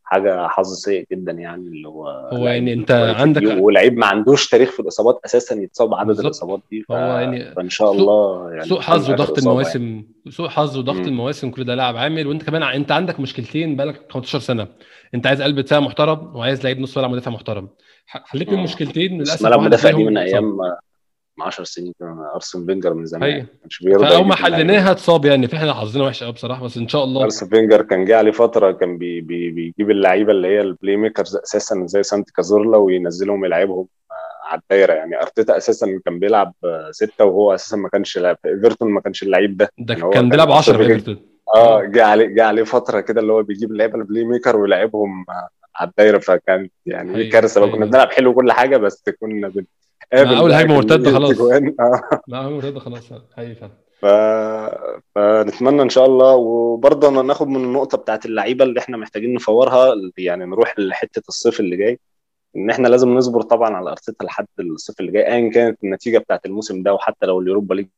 حاجه حظ سيء جدا يعني، اللي هو هو لعيب يعني انت بالكواليتي دي، عندك ولعيب ما عندوش تاريخ في الاصابات اساسا يتصاب عدد بالظبط. الاصابات دي. هو يعني فان شاء سوء الله يعني سوء تكون حظ اخر وضغط اصابه يعني. المواسم، سوء حظ وضغط مم. المواسم، كل ده لاعب عامل. وانت كمان انت عندك مشكلتين بقالك 15 سنه. انت عايز قلب دفاع محترم، وعايز لعيب نص ملعب مدافع محترم. حليت من مم. مشكلتين، بس للاسف ملعب واحده مدافع دي من فيهم اتصاب. ايام من 10 سنين كمان، ارسن فينجر من زمان هي ما كانش بيرضى فاول ما يجيب اللعيبه دي. حليناها اتصاب يعني، فاحنا حظنا وحش قوي بصراحه، بس ان شاء الله. ارسن فينجر كان جه عليه فتره كان بيجيب اللعيبه اللي هي البلاي ميكرز اساسا زي سانت كازورلا وينزلهم يلعبهم على الدايره يعني. ارتيتا اساسا كان بيلعب سته، وهو اساسا ما كانش لاعب في ايفرتون، ما كانش اللعيب ده ده يعني. هو كان كان بيلعب ارسن 10 في فينجر ايفرتون. جه عليه فتره كده اللي هو بيجيب اللعيبه البلاي ميكر ويلعبهم على الدايره. فكانت يعني ايه حقيقي كارثه بقى. كنا حقيقي. بنلعب حلو وكل حاجه، بس كنا مع بنقابل اول بقى هجمه مرتده كميه خلاص. اجوان مع اول مرتده خلاص، حقيقي فعلا. ف... فنتمنى ان شاء الله. وبرضه ناخد من النقطه بتاعت اللعيبه اللي احنا محتاجين نفورها يعني، نروح لحته الصيف اللي جاي. ان احنا لازم نصبر طبعا على ارتيتا لحد الصيف اللي جاي ايا كانت النتيجه بتاعت الموسم ده، وحتى لو اليوروبا ليج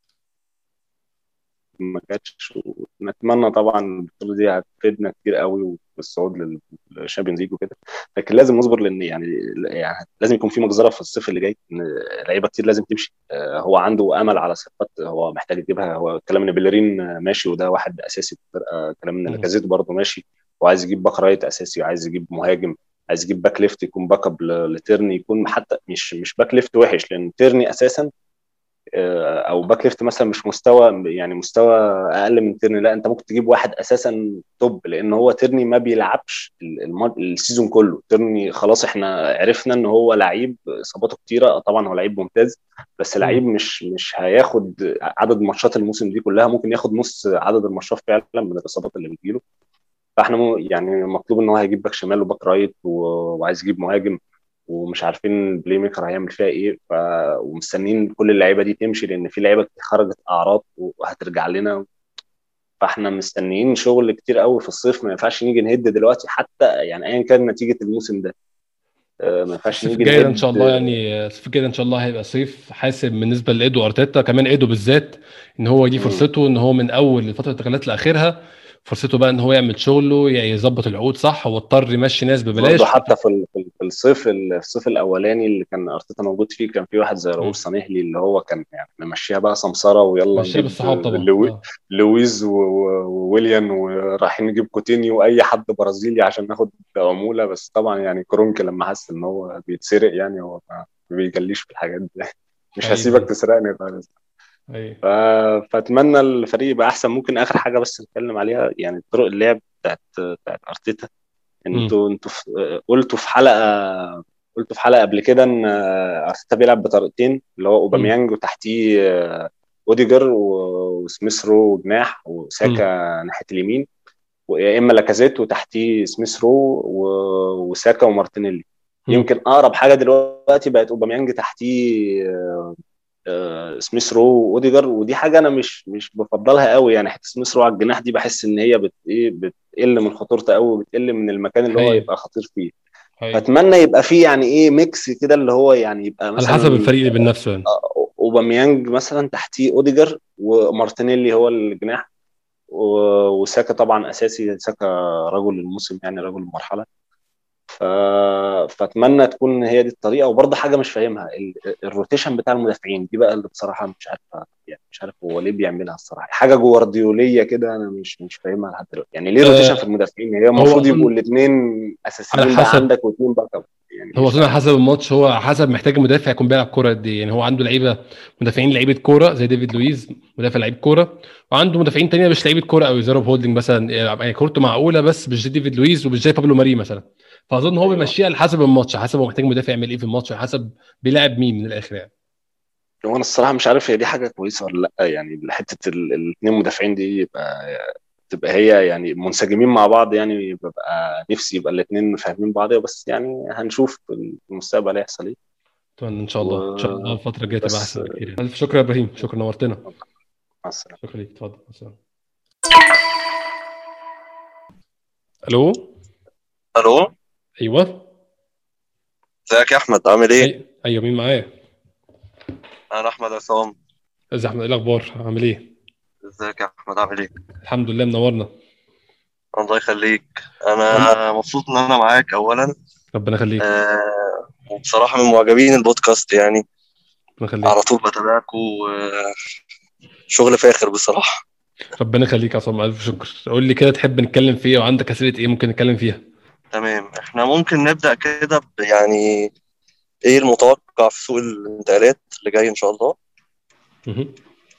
ما جاتش. ونتمنى طبعا البطوله دي هتفيدنا كتير قوي والصعود للشامبيونز ليج وكده. لكن لازم نصبر، لان يعني لازم يكون في مجزره في الصيف اللي جاي، ان لعيبه كتير لازم تمشي. هو عنده امل على صفقات هو محتاج يجيبها. هو كلام ان بيلرين ماشي وده واحد اساسي في الفرقه، كلام ان مم. لاكازيت برضه ماشي، وعايز يجيب باك رايت اساسي، وعايز يجيب مهاجم، عايز يجيب باك ليفت يكون باك اب لتيرني، يكون حتى مش باك ليفت وحش، لان تيرني اساسا او باك ليفت مثلا مش مستوى يعني مستوى اقل من تيرني. لا انت ممكن تجيب واحد اساسا توب، لان هو تيرني ما بيلعبش السيزون كله. تيرني خلاص احنا عرفنا ان هو لعيب اصاباته كتيره. طبعا هو لعيب ممتاز، بس لعيب مم. مش هياخد عدد ماتشات الموسم دي كلها. ممكن ياخد نص عدد الماتشات فعلا من الاصابات اللي بتجيله. فاحنا يعني مطلوب ان هو هيجيب باك شمال وباك رايت وعايز يجيب مهاجم، ومش عارفين البلاي ميكر هيعمل فيها ايه. ومستنيين كل اللعيبه دي تمشي، لان في لعيبه كتير خرجت اعراض وهترجع لنا. فاحنا مستنيين شغل كتير قوي في الصيف. ما ينفعش نيجي نهد دلوقتي حتى يعني ايا كان نتيجه الموسم ده. ما ينفعش الصيف نيجي الجاي ده ان نهد. شاء الله يعني، الصيف الجاي ده ان شاء الله هيبقى صيف حاسم بالنسبه لايدو ارتيتا، كمان ايدو بالذات. ان هو دي مم. فرصته، ان هو من اول فتره الانتقالات لاخرها فرصته بقى ان هو يعمل شغله، يظبط العقود صح. هو اضطر يمشي ناس برضه ببلاش. حتى في الصيف الاولاني اللي كان ارتيتا موجود فيه، كان في واحد زي راؤول صانيهلي اللي هو كان يعني ممشيها بقى سمسره، ويلا مشيها نجيب بالصحاب طبعا لويز وويليان، ورايحين نجيب كوتينيو واي حد برازيلي عشان ناخد عموله. بس طبعا يعني كرونك لما حس ان هو بيتسرق يعني، هو ما بيجليش في الحاجات دي. مش هسيبك حقيقي. تسرقني خالص. حقيقي. ف... فاتمنى الفريق يبقى احسن. ممكن اخر حاجه بس نتكلم عليها يعني طرق اللعب بتاعت ارتيتا. امم انتوا قلتوا في حلقه قبل كده ان ارتيتا بيلعب بطريقتين، اللي هو امم اوباميانج وتحتيه اوديجر وسميث رو جناح، وساكا امم ناحيه اليمين، ويا اما لاكازيت وتحتيه سميث رو وساكا ومارتينيلي. امم يمكن اقرب حاجه دلوقتي بقت اوباميانج تحتيه سميث رو واوديجر، ودي حاجه انا مش بفضلها قوي يعني. حته سميث رو على الجناح دي بحس ان هي بتقل من خطورته قوي، وبتقل من المكان اللي هو حقيقي. يبقى خطير فيه. حقيقي. فاتمنى يبقى فيه يعني ايه ميكس كده، اللي هو يعني يبقى على حسب مثلا الفريق اللي بنفسه يعني. اوباميانج مثلا تحتيه اوديجر، ومارتينيلي هو الجناح، وساكا طبعا اساسي. ساكا رجل الموسم يعني، رجل المرحله. ف... فاتمنى تكون هي دي الطريقه. وبرضه حاجه مش فاهمها، الروتيشن بتاع المدافعين دي بقى اللي بصراحه مش عارف يعني، مش عارف هو ليه بيعملها الصراحه. حاجه جوارديوليه كده، انا مش فاهمها لحد دلوقتي. يعني ليه روتيشن في آه المدافعين؟ هي هو المفروض يبقوا اظن الاثنين على اساسيين بقى حسب عندك، واثنين باك اب يعني. هو مش اظن على فاهم. حسب الماتش، هو على حسب محتاج المدافع يكون بيلعب كوره قد ايه يعني. هو عنده لعيبه مدافعين لعيبه كوره زي ديفيد لويز، مدافع لعيب كوره. وعنده مدافعين تانية مش لعيبه كوره، او زيرو هولدنج مثلا، يعني كورته معقوله بس مش زي ديفيد لويز ومش زي بابلو ماري مثلا. فاظن هو ايوه. بيمشيها على حسب الماتش، على حسب هو محتاج مدافع يعمل ايه في الماتش، على حسب بيلاعب مين من الاخر يعني. هو انا الصراحه مش عارف هي دي حاجه كويسه ولا لا يعني. حته الاثنين مدافعين دي تبقى هي يعني منسجمين مع بعض يعني. ببقى نفسي يبقى الاثنين فاهمين بعض، بس يعني هنشوف في المستقبل هيحصل ايه. اتمنى ان شاء الله، ان شاء الله الفتره الجايه تبقى وبس. احسن بكتير يعني. الف شكر يا ابراهيم، شكرا نورتنا. مع السلامه. شكرا ليك، اتفضل. السلام. الو. الو. ايوه. ازيك يا احمد؟ عامل ايه؟ ايوه، مين معايا؟ انا احمد عصام. ازي احمد، ايه الاخبار، عامل ايه؟ ازيك يا احمد؟ عامل ايه؟ الحمد لله، منورنا. الله يخليك. انا مبسوط ان انا معاك اولا. ربنا يخليك. وبصراحة من معجبين البودكاست يعني، ربنا يخليك. على طول بتابعكم. شغل فاخر بصراحة. ربنا يخليك يا عصام، الف شكر. قول لي كده، تحب نتكلم في ايه وعندك اسئله ايه ممكن نتكلم فيها؟ تمام، احنا ممكن نبدأ كده يعني ايه المتوقع في سوق الانتقالات اللي جاي ان شاء الله؟ مهم.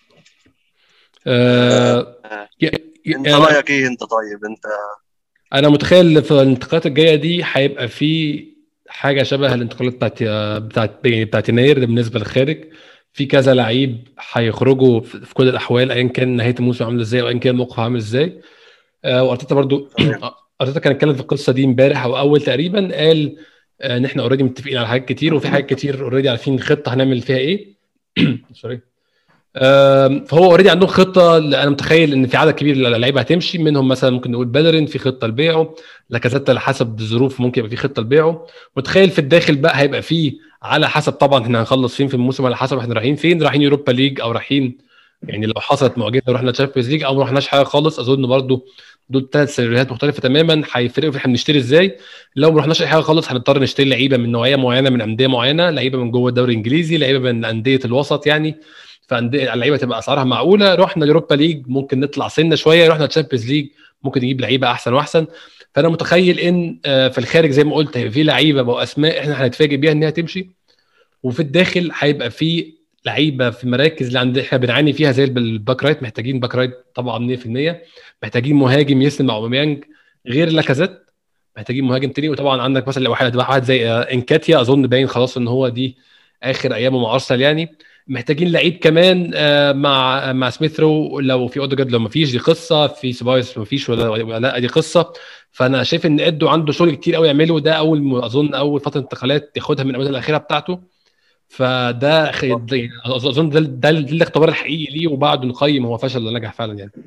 آه، آه، انت انا رأيك ايه انت؟ طيب انت. انا متخيل في الانتقالات الجايه دي هيبقى في حاجه شبه الانتقالات بتاعت يناير. ده بالنسبه للخارج، في كذا لعيب هيخرجوا في كل الاحوال، ايا كان نهايه الموسم عامله ازاي وايا كان الموقف عامل ازاي. وارتيتا برضو تمام. ارتيتا كان اتكلم في القصه دي امبارح او اول تقريبا، قال ان احنا اوريدي متفقين على حاجات كتير، وفي حاجات كتير اوريدي عارفين خطه هنعمل فيها ايه. سوري. فهو اوريدي عندهم خطه. انا متخيل ان في عدد كبير من اللعيبه هتمشي منهم، مثلا ممكن نقول بلرين في خطه لبيعه، لاكازيت على حسب الظروف ممكن يبقى في خطه لبيعه. متخيل في الداخل بقى هيبقى فيه على حسب طبعا احنا هنخلص فين في الموسم، على حسب احنا رايحين فين، رايحين يوروبا ليج او رايحين يعني لو حصلت معجزه رحنا تشامبيونز ليج او ما رحناش حاجه خالص. اظن برضو دول 3 سيناريوهات مختلفه تماما، هيفرقوا في احنا بنشتري ازاي. لو ما رحناش اي حاجه خالص هنضطر نشتري لعيبه من نوعيه معينه، من انديه معينه، لعيبه من جوه الدوري الانجليزي، لعيبه من انديه الوسط يعني، فانديه اللعيبه تبقى اسعارها معقوله. رحنا اليوروبا ليج ممكن نطلع سنه شويه، رحنا الشامبيونز ليج ممكن نجيب لعيبه احسن واحسن. فانا متخيل ان في الخارج زي ما قلت هيبقى في لعيبه واسماء احنا هنتفاجئ بيها انها تمشي، وفي الداخل هيبقى في لعيبه في مراكز اللي عند احنا بنعاني فيها زي الباك رايت. محتاجين باك رايت طبعا 100%. محتاجين مهاجم يسند مع اوباميانج غير لاكازيت. محتاجين مهاجم تاني، وطبعا عندك مثلا لو واحد زي انكاتيا، اظن باين خلاص ان هو دي اخر ايامه مع ارسنال يعني. محتاجين لعيب كمان مع سميث رو، لو في اوديجارد لو ما فيش دي قصه، في سبايس ما فيش ولا لا دي قصه. فانا شايف ان ادو عنده شغل كتير قوي يعمله، ده اظن اول فتره انتقالات ياخدها من الاوقات الاخيره بتاعته. فده اظن ده الاختبار الحقيقي ليه، وبعده نقيم هو فشل ولا نجح فعلا يعني.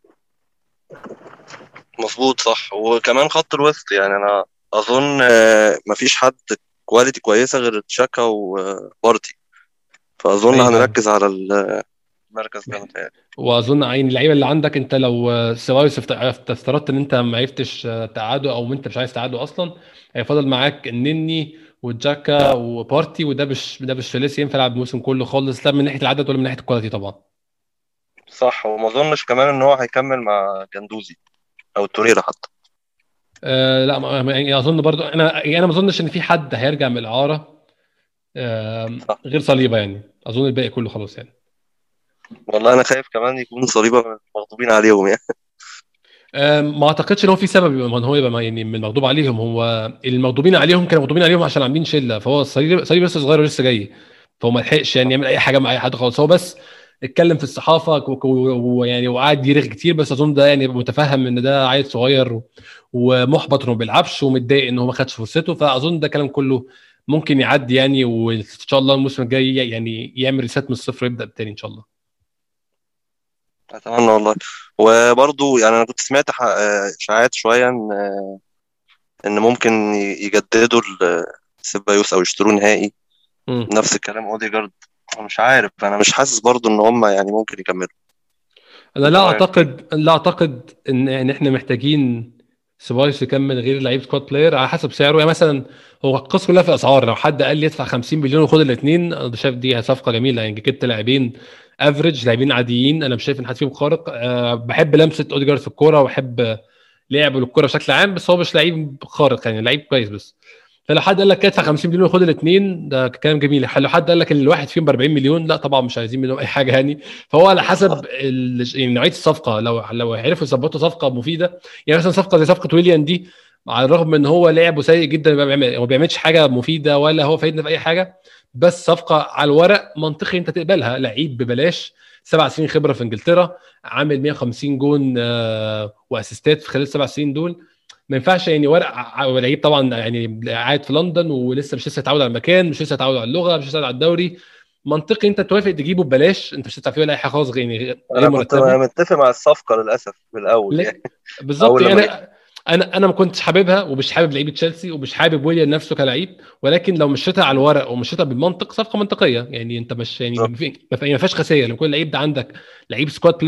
مظبوط صح. وكمان خط الوسط يعني انا اظن مفيش حد كواليتي كويسة غير تشاكا وبارتي، فاظن ايوه، هنركز على المركز ده متهيألي. واظن عين اللعيبه اللي عندك انت، لو سوايس افترضت ان انت ما عرفتش تقعده او انت مش عايز تقعده اصلا، هيفضل معاك النني وجاكا وبارتي، وده مش ثلاثي ينفع يلعب الموسم كله خالص، لا من ناحيه العدد ولا من ناحيه الكواليتي طبعا. صح. وما اظنش كمان ان هو هيكمل مع جندوزي او توريرا حتى. لا يعني اظن برضو انا ما اظنش ان في حد هيرجع من الاعاره صح. غير صليبه يعني. اظن الباقي كله خلاص يعني. والله انا خايف كمان يكون صليبه مغضوبين عليهم يعني. ما اعتقدش ان هو في سبب ان هو يبقى يعني من المغضوب عليهم. هو المغضوبين عليهم كانوا مغضوبين عليهم عشان عاملين شله، فهو صليب لسه صغير ولسه جاي، فهو ما لحقش يعني يعمل اي حاجه مع اي حد خالص. هو بس اتكلم في الصحافه ويعني وقعد يرغي كتير، بس اظن ده يعني متفهم ان ده عيل صغير ومحبط انه ما بيلعبش ومتضايق ان هو ما خدش فرصته. فاظن ده كلام كله ممكن يعدي يعني، وان شاء الله الموسم الجاي يعني يعمل ريسات من الصفر ويبدا تاني ان شاء الله. اتمنى والله. وبرضو يعني انا كنت سمعت اشاعات شويه ان ممكن يجددوا سيبايوس او يشتروه نهائي. مم. نفس الكلام اوديجارد. أنا مش عارف، انا مش حاسس برضو ان هم يعني ممكن يكملوا. انا انت لا رايك ايه؟ اعتقد لا اعتقد ان احنا محتاجين سبايس يكمل غير لعيب سكواد بلاير على حسب سعره يعني. مثلا هو القصه كلها في الاسعار. لو حد قال لي يدفع 50 مليون وخد الاثنين، انا شايف دي صفقه جميله يعني. جبت لاعبين افريج، لاعبين عاديين، انا مش شايف ان حد فيهم خارق. بحب لمسه اوديجارد في الكوره وبحب لعبه للكوره بشكل عام، بس هو مش لعيب خارق يعني، لعيب كويس بس. فلو حد قال لك ادفع 50 مليون وخد الاثنين، ده كلام جميل. لو حد قال لك ان الواحد فيهم ب 40 مليون، لا طبعا مش عايزين منهم اي حاجه يعني. فهو على حسب يعني نوعيه الصفقه. لو عرفوا يظبطوا صفقه مفيده يعني، مثلا صفقه زي صفقه ويليان دي، على الرغم ان هو لعبه سيء جدا، ما بيعملش حاجه مفيده ولا هو فايدنا في اي حاجه، بس صفقه على الورق منطقي انت تقبلها. لعيب ببلاش، 7 سنين خبره في انجلترا، عامل 150 جون واسيستات في خلال 7 سنين دول. ما ينفعش يعني ورق لعيب طبعا يعني قاعد في لندن ولسه مش لسه اتعود على المكان، مش لسه اتعود على اللغه، مش لسه على الدوري. منطقي انت توافق تجيبه ببلاش، انت مش هتدفع فيه ولا اي حاجه خالص غير انا كنت مرتبه. متفق مع الصفقه للاسف في الاول يعني. لا بالظبط اول يعني. لما جيت. انا ما كنتش حاببها، ومش حابب لعيبه تشيلسي، ومش حابب ويليان نفسه كلاعب. ولكن لو مشيتها على الورق ومشيتها بالمنطق، صفقه منطقيه يعني. انت مش يعني ما فيهاش خسائر لما يكون اللعيب ده عندك لعيب سكواد بلاير،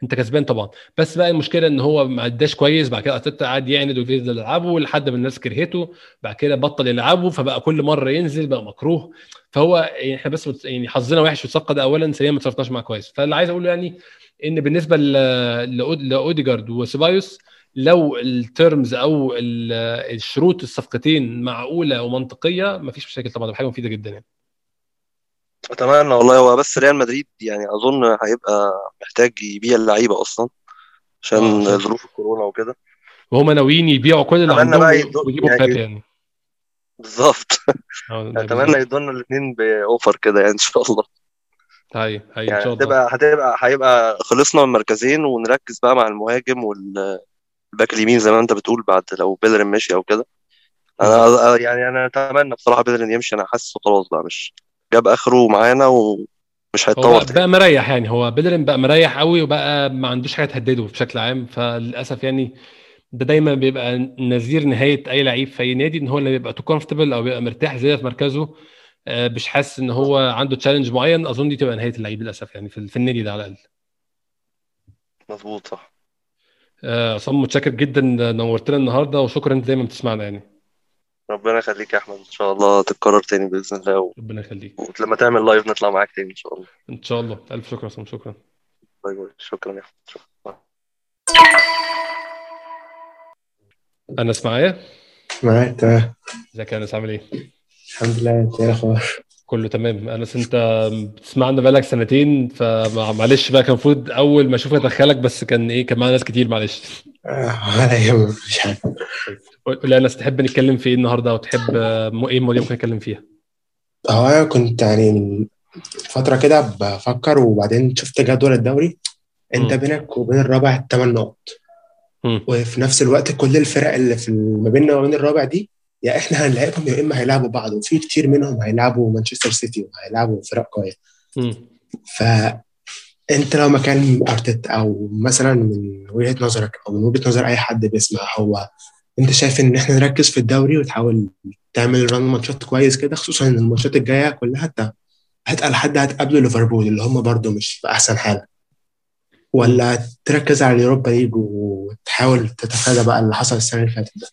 انت كسبان طبعا. بس بقى المشكله ان هو ما اداش كويس، بعد كده ارتيتا قعد يعند ويفضل يلعبه لحد ما الناس كرهته، بعد كده بطل يلعبه، فبقى كل مره ينزل بقى مكروه. فهو يعني احنا بس يعني حظنا وحش في الصفقه ده اولا، ثانيا ما تصرفناش معاه كويس. فاللي عايز اقوله يعني ان بالنسبه لاوديجارد وسيبايوس، لو التيرمز او الشروط الصفقتين معقوله ومنطقيه مفيش مشاكل طبعا، ده حاجه مفيده جدا يعني. اتمنى والله. هو بس ريال مدريد يعني اظن هيبقى محتاج يبيع اللعيبه اصلا عشان عشان ظروف الكورونا وكده. وهم ناويين يبيعوا كل اللي اتمنى عندهم بقى يدو ويجيبوا مبابي يعني. بالظبط. ده اتمنى بالظبط. يدونا الاثنين باوفر كده يعني ان شاء الله. هاي ان يعني شاء الله. هيبقى خلصنا من مركزين ونركز بقى مع المهاجم والباك اليمين زي ما انت بتقول، بعد لو بيلرين مشي او كده. بالظبط. انا اتمنى بصراحه بيلرين يمشي. انا حاسه خلاص بقى مش جاب اخره معانا ومش هو هيتطور بقى تاني. مريح يعني، هو بيلرين بقى مريح قوي وبقى ما عندوش حاجه تهدده بشكل عام، فللاسف يعني ده دايما بيبقى نذير نهايه اي لعيب في اي نادي، ان هو اللي بيبقى تو كومفورتبل او بيبقى مرتاح زي في مركزه، مش حاسس ان هو عنده تشالنج معين. اظن دي تبقى نهايه اللعيب للاسف يعني في النادي ده على الاقل. مظبوط صح. عصام متشكر جدا، نورتنا النهارده، وشكرا انت دايما بتسمعنا يعني. ربنا يخليك يا احمد، ان شاء الله تتكرر تاني باذن الله ربنا يخليك. ولما تعمل لايف نطلع معاك تاني ان شاء الله. ان شاء الله. الف شكر عصام، شكرا. باي باي. شكرا يا احمد، شكرا. انس معايا. معاك تمام. ازيك يا انس، عامل ايه؟ الحمد لله، انت ايه الاخبار؟ كله تمام. انس انت بتسمعنا بقالك سنتين، فمعلش بقى كان المفروض اول ما اشوفك ادخلك، بس كان ايه، كان معانا ناس كتير، معلش. ولا يهمك، مفيش حاجه. قول لي انس، تحب نتكلم في ايه النهارده، او تحب ايه المواضيع ممكن نتكلم فيها؟ هو انا كنت يعني من فتره كده بفكر، وبعدين شفت جدول الدوري. انت مم. بينك وبين الرابع 8 نقط، مم. وفي نفس الوقت كل الفرق اللي ما بيننا وبين الرابع دي يا احنا هنلاعبهم يا اما هيلعبوا بعض، وفي كتير منهم هيلعبوا مانشستر سيتي وهيلعبوا فرق قويه. مم. فانت لو مكان ارتيتا، او مثلا من وجهه نظرك او من وجهه نظر اي حد بيسمع، هو انت شايف ان احنا نركز في الدوري وتحاول تعمل ران ماتشات كويس كده، خصوصا ان الماتشات الجايه كلها انت هتقل حد هتقابله ليفربول اللي هم برضو مش في احسن حاله، ولا تركز على اليوروبا ليج وتحاول تتفادى بقى اللي حصل السنه اللي فاتت ده؟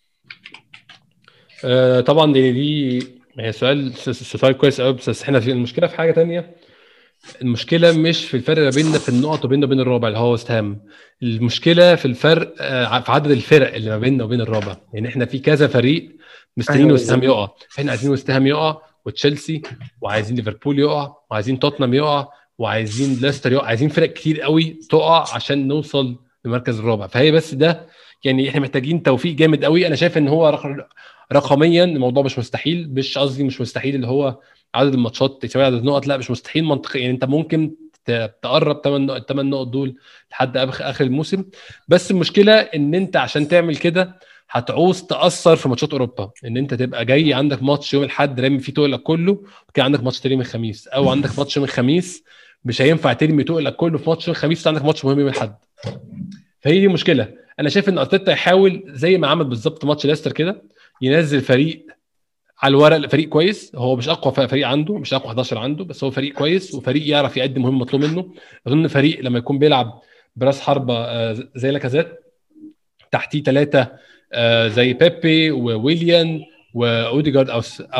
طبعا دي هي سؤال كويس قوي، بس احنا في المشكله في حاجه تانية. المشكله مش في الفرق ما بيننا في النقط وبيننا وبين الرابع اللي هو وست هام. المشكله في الفرق في عدد الفرق اللي ما بيننا وبين الرابع. يعني احنا في كذا فريق مستنيين ايوه وست هام بالظبط. يقع، فاحنا عايزين وست هام يقع وتشيلسي، وعايزين ليفربول يقع، وعايزين توتنهام يقع، وعايزين ليستر يقع، عايزين فرق كتير قوي تقع عشان نوصل للمركز الرابع. فهي بس ده يعني احنا محتاجين توفيق جامد قوي. انا شايف ان هو رقميا الموضوع مش مستحيل، مش قصدي مش مستحيل اللي هو عدد الماتشات تساوي عدد النقط، لا مش مستحيل منطقيا. يعني انت ممكن تقرب 8 نقط دول لحد اخر الموسم. بس المشكله ان انت عشان تعمل كده هتعوز تاثر في ماتشات اوروبا، ان انت تبقى جاي عندك ماتش يوم الاحد رامي فيه تقلك كله، وكان عندك ماتش تاني يوم الخميس، او عندك ماتش يوم الخميس مش هينفع ترمي تقلك كله في ماتش يوم الخميس، عندك ماتش مهم يوم الاحد. فهي دي مشكله. انا شايف ان ارتيتا يحاول زي ما عمل بالظبط ماتش ليستر كده، ينزل فريق على الورق فريق كويس. هو مش اقوى فريق عنده، مش اقوى 11 عنده، بس هو فريق كويس وفريق يعرف يقدم مهم مطلوب منه. اظن فريق لما يكون بيلعب براس حربة زي لاكازيت، تحتيه 3 زي بيبي وويليان واوديجارد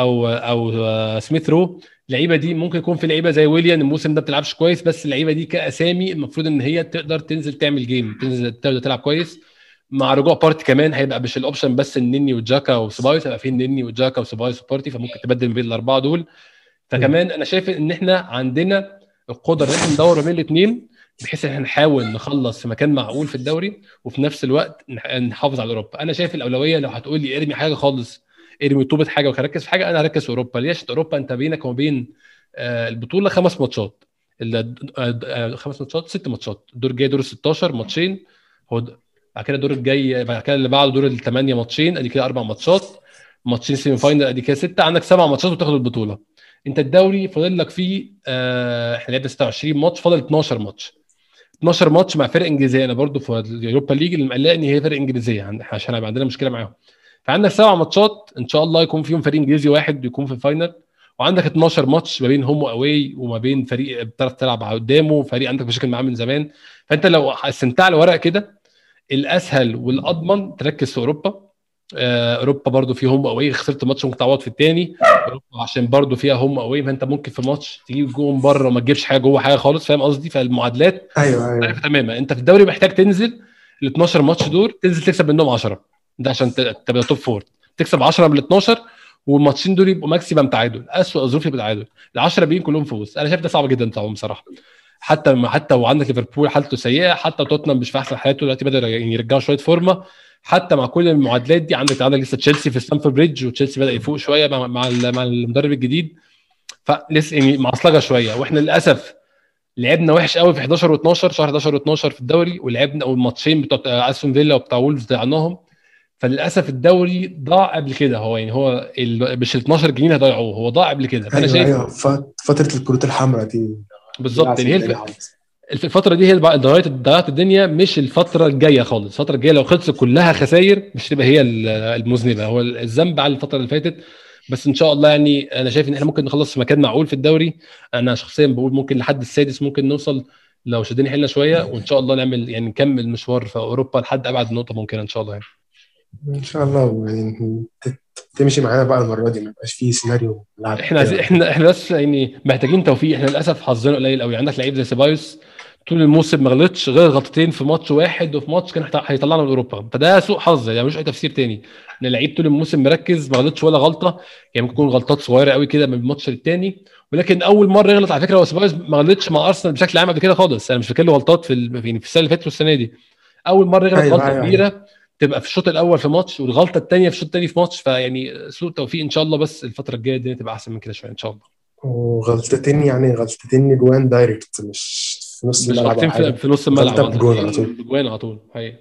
او سميث رو. اللعيبه دي ممكن يكون في لعيبه زي ويليان الموسم ده بتلعبش كويس، بس اللعيبه دي كاسامي المفروض ان هي تقدر تنزل تعمل جيم، تنزل تقدر تلعب كويس. مع رجوع بارتي كمان هيبقى مش الاوبشن بس النني وجاكا وسبايس، هيبقى فيه النني وجاكا وسبايس وبارتي، فممكن تبدل بين الاربعه دول. فكمان انا شايف ان احنا عندنا القدره ان احنا ندور بين الاثنين، بحيث ان احنا نحاول نخلص في مكان معقول في الدوري، وفي نفس الوقت نحافظ على اوروبا. انا شايف الاولويه لو هتقول لي ارمي حاجه خالص، ارمي طوبه حاجه وهركز في حاجه، انا هركز في اوروبا. ليش اوروبا؟ انت بينك وما بين البطوله 5 ماتشات، 5 ماتشات 6 ماتشات، الدور الجاي دور 16 ماتشين، هو بعد كده الدور الجاي، بعد كده اللي بعده دور ال8 ماتشين، ادي كده 4 ماتشات، ماتشين سيمي فاينل، ادي كده 6، عندك 7 ماتشات وتاخد البطوله. انت الدوري فاضل لك فيه احنا لعبنا 26 ماتش، فاضل 12 ماتش، 12 ماتش مع فرق انجليزيه. انا برضو في اليوروبا ليج اللي مقلقني هي فرق انجليزيه، عشان هيبقى عندنا مشكله معاهم. فعندك 7 ماتشات ان شاء الله يكون فيهم فريق انجليزي واحد يكون في الفاينل، وعندك 12 ماتش ما بين هوم واواي وما بين فريق بتعرف تلعب قدامه وفريق عندك مشاكل معاه من زمان. فانت لو قسمتها على ورق كده الاسهل والاضمن تركز في اوروبا. اوروبا برضو في هوم واواي، خسرت ماتش ممكن تعوض في الثاني، عشان برضو فيها هوم واواي، فانت ممكن في ماتش تجيب جون بره وما تجيبش حاجه جوه حاجه خالص، فاهم قصدي؟ فالمعادلات ايوه مختلفه تماما. انت في الدوري محتاج تنزل ال 12 ماتش دول تنزل تكسب منهم 10، ده عشان تبقى توب فور، تكسب 10 من ال 12 والماتشين دول يبقوا ماكسيمم تعادل، اسوء الظروف يبقى تعادل، ال10 باقيين كلهم فوز. انا شايف ده صعب جدا طبعا بصراحه. حتى وعندك ليفربول حالته سيئه، حتى توتنهام مش في احسن حالاته دلوقتي، بدأ يعني يرجعوا شويه فورمه. حتى مع كل المعادلات دي عندك لسه تشيلسي في ستانفورد بريدج، وتشيلسي بدأ يفوق شويه مع المدرب الجديد، فلسه يعني معصلجه شويه. واحنا للاسف لعبنا وحش قوي في 11 و12 شهر 11 و12 في الدوري، ولعبنا الماتشين بتوع استون فيلا وبتاع وولفز ضيعناهم. فللاسف الدوري ضاع قبل كده، هو يعني هو مش ال 12 جنيه هيضيعوه، هو ضاع قبل كده. فانا شايف فتره الكروت الحمراء دي بالظبط، يعني هي الفتره دي هي ضيعت الدنيا، مش الفتره الجايه خالص. الفتره الجايه لو خلصت كلها خسائر مش تبقى هي المذنبه، هو الذنب على الفتره اللي فاتت. بس ان شاء الله يعني انا شايف ان احنا ممكن نخلص في مكان معقول في الدوري. انا شخصيا بقول ممكن لحد السادس ممكن نوصل لو شدينا حيلنا شويه، وان شاء الله نعمل يعني نكمل مشوار في اوروبا لحد ابعد نقطه ممكن ان شاء الله يعني. ان شاء الله يعني تمشي معانا بقى المره دي، ما يبقاش فيه سيناريو لعب. احنا بس يعني محتاجين توفيق. احنا للاسف حظنا قليل قوي. عندك لعيب زي سيبايوس طول الموسم ما غلطش غير غلطتين في ماتش واحد، وفي ماتش كان هيطلعنا من اوروبا، فده سوء حظ يعني، مش اي تفسير تاني. ان اللعيب طول الموسم مركز ما غلطش ولا غلطه، يعني ممكن تكون غلطات صغيره قوي كده من الماتش للتاني، ولكن اول مره يغلط. على فكره هو سيبايوس ما غلطش مع ارسنال بشكل عام قبل كده خالص، انا مش فاكر له غلطات يعني في السنه اللي فاتت والسنه دي. اول مره يغلط غلطه كبيره تبقى في الشوط الاول في ماتش، والغلطه الثانيه في الشوط الثاني في ماتش، فيعني سوء توفيق. ان شاء الله بس الفتره الجايه الدنيا تبقى احسن من كده شويه ان شاء الله. وغلطتين يعني غلطتين جوان دايركت، مش في نص الملعب، في نص الملعب جوان على طول، جوان على طول. هي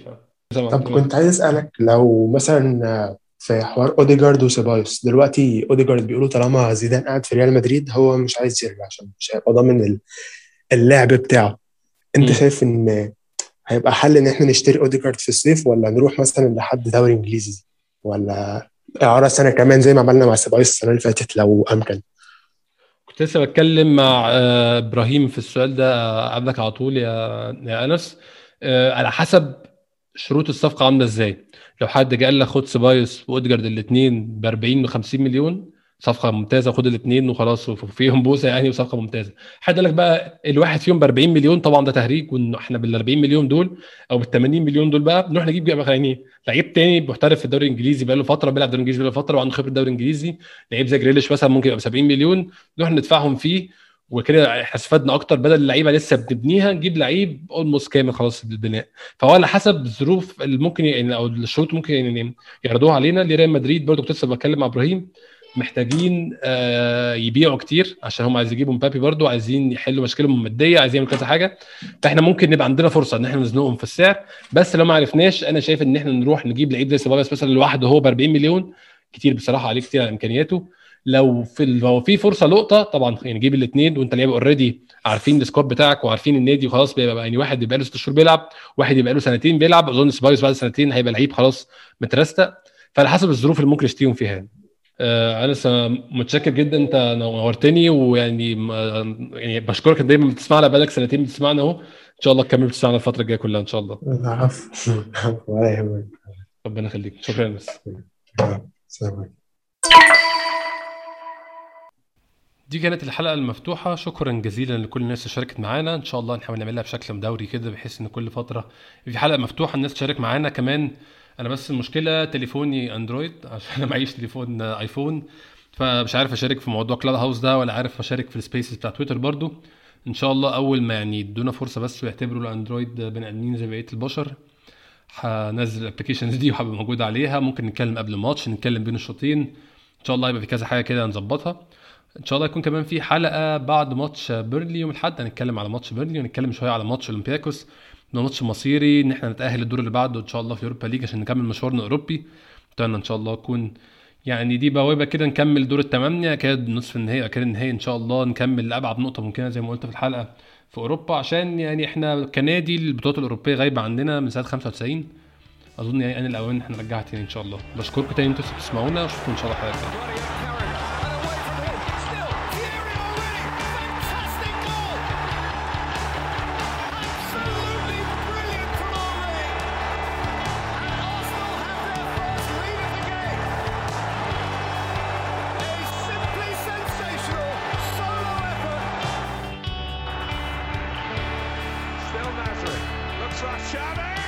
طب كنت عايز اسالك لو مثلا في حوار اوديجارد وسيبايوس، دلوقتي اوديجارد بيقولوا طالما زيدان قاعد في ريال مدريد هو مش عايز يرجع عشان مش هيبقى ضامن اللعب بتاعه. انت شايف ان هيبقى حل ان احنا نشتري اوديجارد في الصيف، ولا نروح مثلا لحد دوري انجليزي، ولا اعاره سنه كمان زي ما عملنا مع سيبايوس السنه اللي فاتت لو امكن؟ كنت لسه بتكلم مع ابراهيم في السؤال ده قبلك على طول يا انس. على حسب شروط الصفقه عامله ازاي. لو حد جه قال لك خد سيبايوس واوديجارد الاثنين ب 40 و50 مليون، صفقه ممتازه، خد الاثنين وخلاص وفيهم بوسه يعني، وصفقه ممتازه. حد قال لك بقى الواحد فيهم ب 40 مليون، طبعا ده تهريج، وان احنا بال 40 مليون دول او بال 80 مليون دول بقى نروح نجيب يعني لعيب تاني محترف في الدوري الانجليزي بقى له فتره، بيلعب الدوري الانجليزي بقى له فتره وعنده خبره الدوري الانجليزي، لعيب زي جريليش مثلا ممكن يبقى ب 70 مليون، نروح ندفعهم فيه، وكده احنا استفدنا اكتر. بدل اللعيبه لسه بتبنيها نجيب لعيب اولموست كامل خلاص بالبناء. فهو على حسب الظروف اللي ممكن يعني او الشروط ممكن يعني يعرضوها علينا. لريال مدريد برضو كنت لسه بتكلم مع ابراهيم، محتاجين يبيعوا كتير عشان هم عايزين يجيبوا مبابي، برضو عايزين يحلوا مشاكلهم الماديه، عايزين يعملوا كذا حاجه. فاحنا ممكن نبقى عندنا فرصه ان احنا نزنقهم في السعر، بس لو ما عرفناش انا شايف ان احنا نروح نجيب لعيب زي سيبايوس مثلا لوحده، هو ب 40 مليون كتير بصراحه عليه، كتير على امكانياته. لو في فرصه لقطه طبعا يعني نجيب الاثنين، وانت لعيبه اوريدي عارفين السكواد بتاعك وعارفين النادي وخلاص، بيبقى يعني واحد يبقى له 6 شهور بيلعب، واحد يبقى له سنتين بيلعب. اظن سيبايوس بعد سنتين هيبقى لعيب خلاص مترستق. فعلى حسب الظروف اللي ممكن نشتريهم فيها. انا متشكر جدا، انت نورتني، ويعني يعني بشكرك دايما بتسمعنا، بقالك سنتين بتسمعنا اهو، ان شاء الله تكمل بتسمعنا الفتره الجايه كلها ان شاء الله. العفو ولا يهمك، ربنا يخليك، شكرا بس. سلام. دي كانت الحلقه المفتوحه، شكرا جزيلا لكل الناس اللي شاركت معانا. ان شاء الله نحاول نعملها بشكل دوري كده، بحيث ان كل فتره في حلقه مفتوحه الناس تشارك معانا كمان. انا بس المشكله تليفوني اندرويد عشان انا معيش تليفون ايفون، فمش عارف اشارك في موضوع كلاود هاوس ده، ولا عارف اشارك في السبيسز بتاع تويتر برضو. ان شاء الله اول ما يعني يدونا فرصه بس ويعتبروا الاندرويد بني ادمين زي بقيه البشر، هنزل الابلكيشنز دي وهبقى موجود عليها. ممكن نتكلم قبل الماتش، نتكلم بين الشوطين، ان شاء الله يبقى في كذا حاجه كده نظبطها. ان شاء الله يكون كمان في حلقه بعد ماتش بيرلي يوم الاحد، هنتكلم على ماتش بيرلي، ونتكلم شويه على ماتش اولمبياكوس، انه ماتش مصيري ان احنا نتاهل الدور اللي بعده ان شاء الله في اوروبا ليج عشان نكمل مشوارنا الاوروبي. اتمنى ان شاء الله يكون يعني دي بوابه كده نكمل دور الثمانيه، كاد نصف النهائي، كاد النهائي ان شاء الله نكمل لابعد نقطه ممكنه زي ما قلت في الحلقه في اوروبا، عشان يعني احنا كنادي البطولات الاوروبيه غايبه عندنا من سنه 95. اظن يعني انا الاوان احنا رجعت تاني ان شاء الله. بشكركم تاني انتوا بتسمعونا، واشوفكم ان شاء الله حلقه تانيه. Xavi!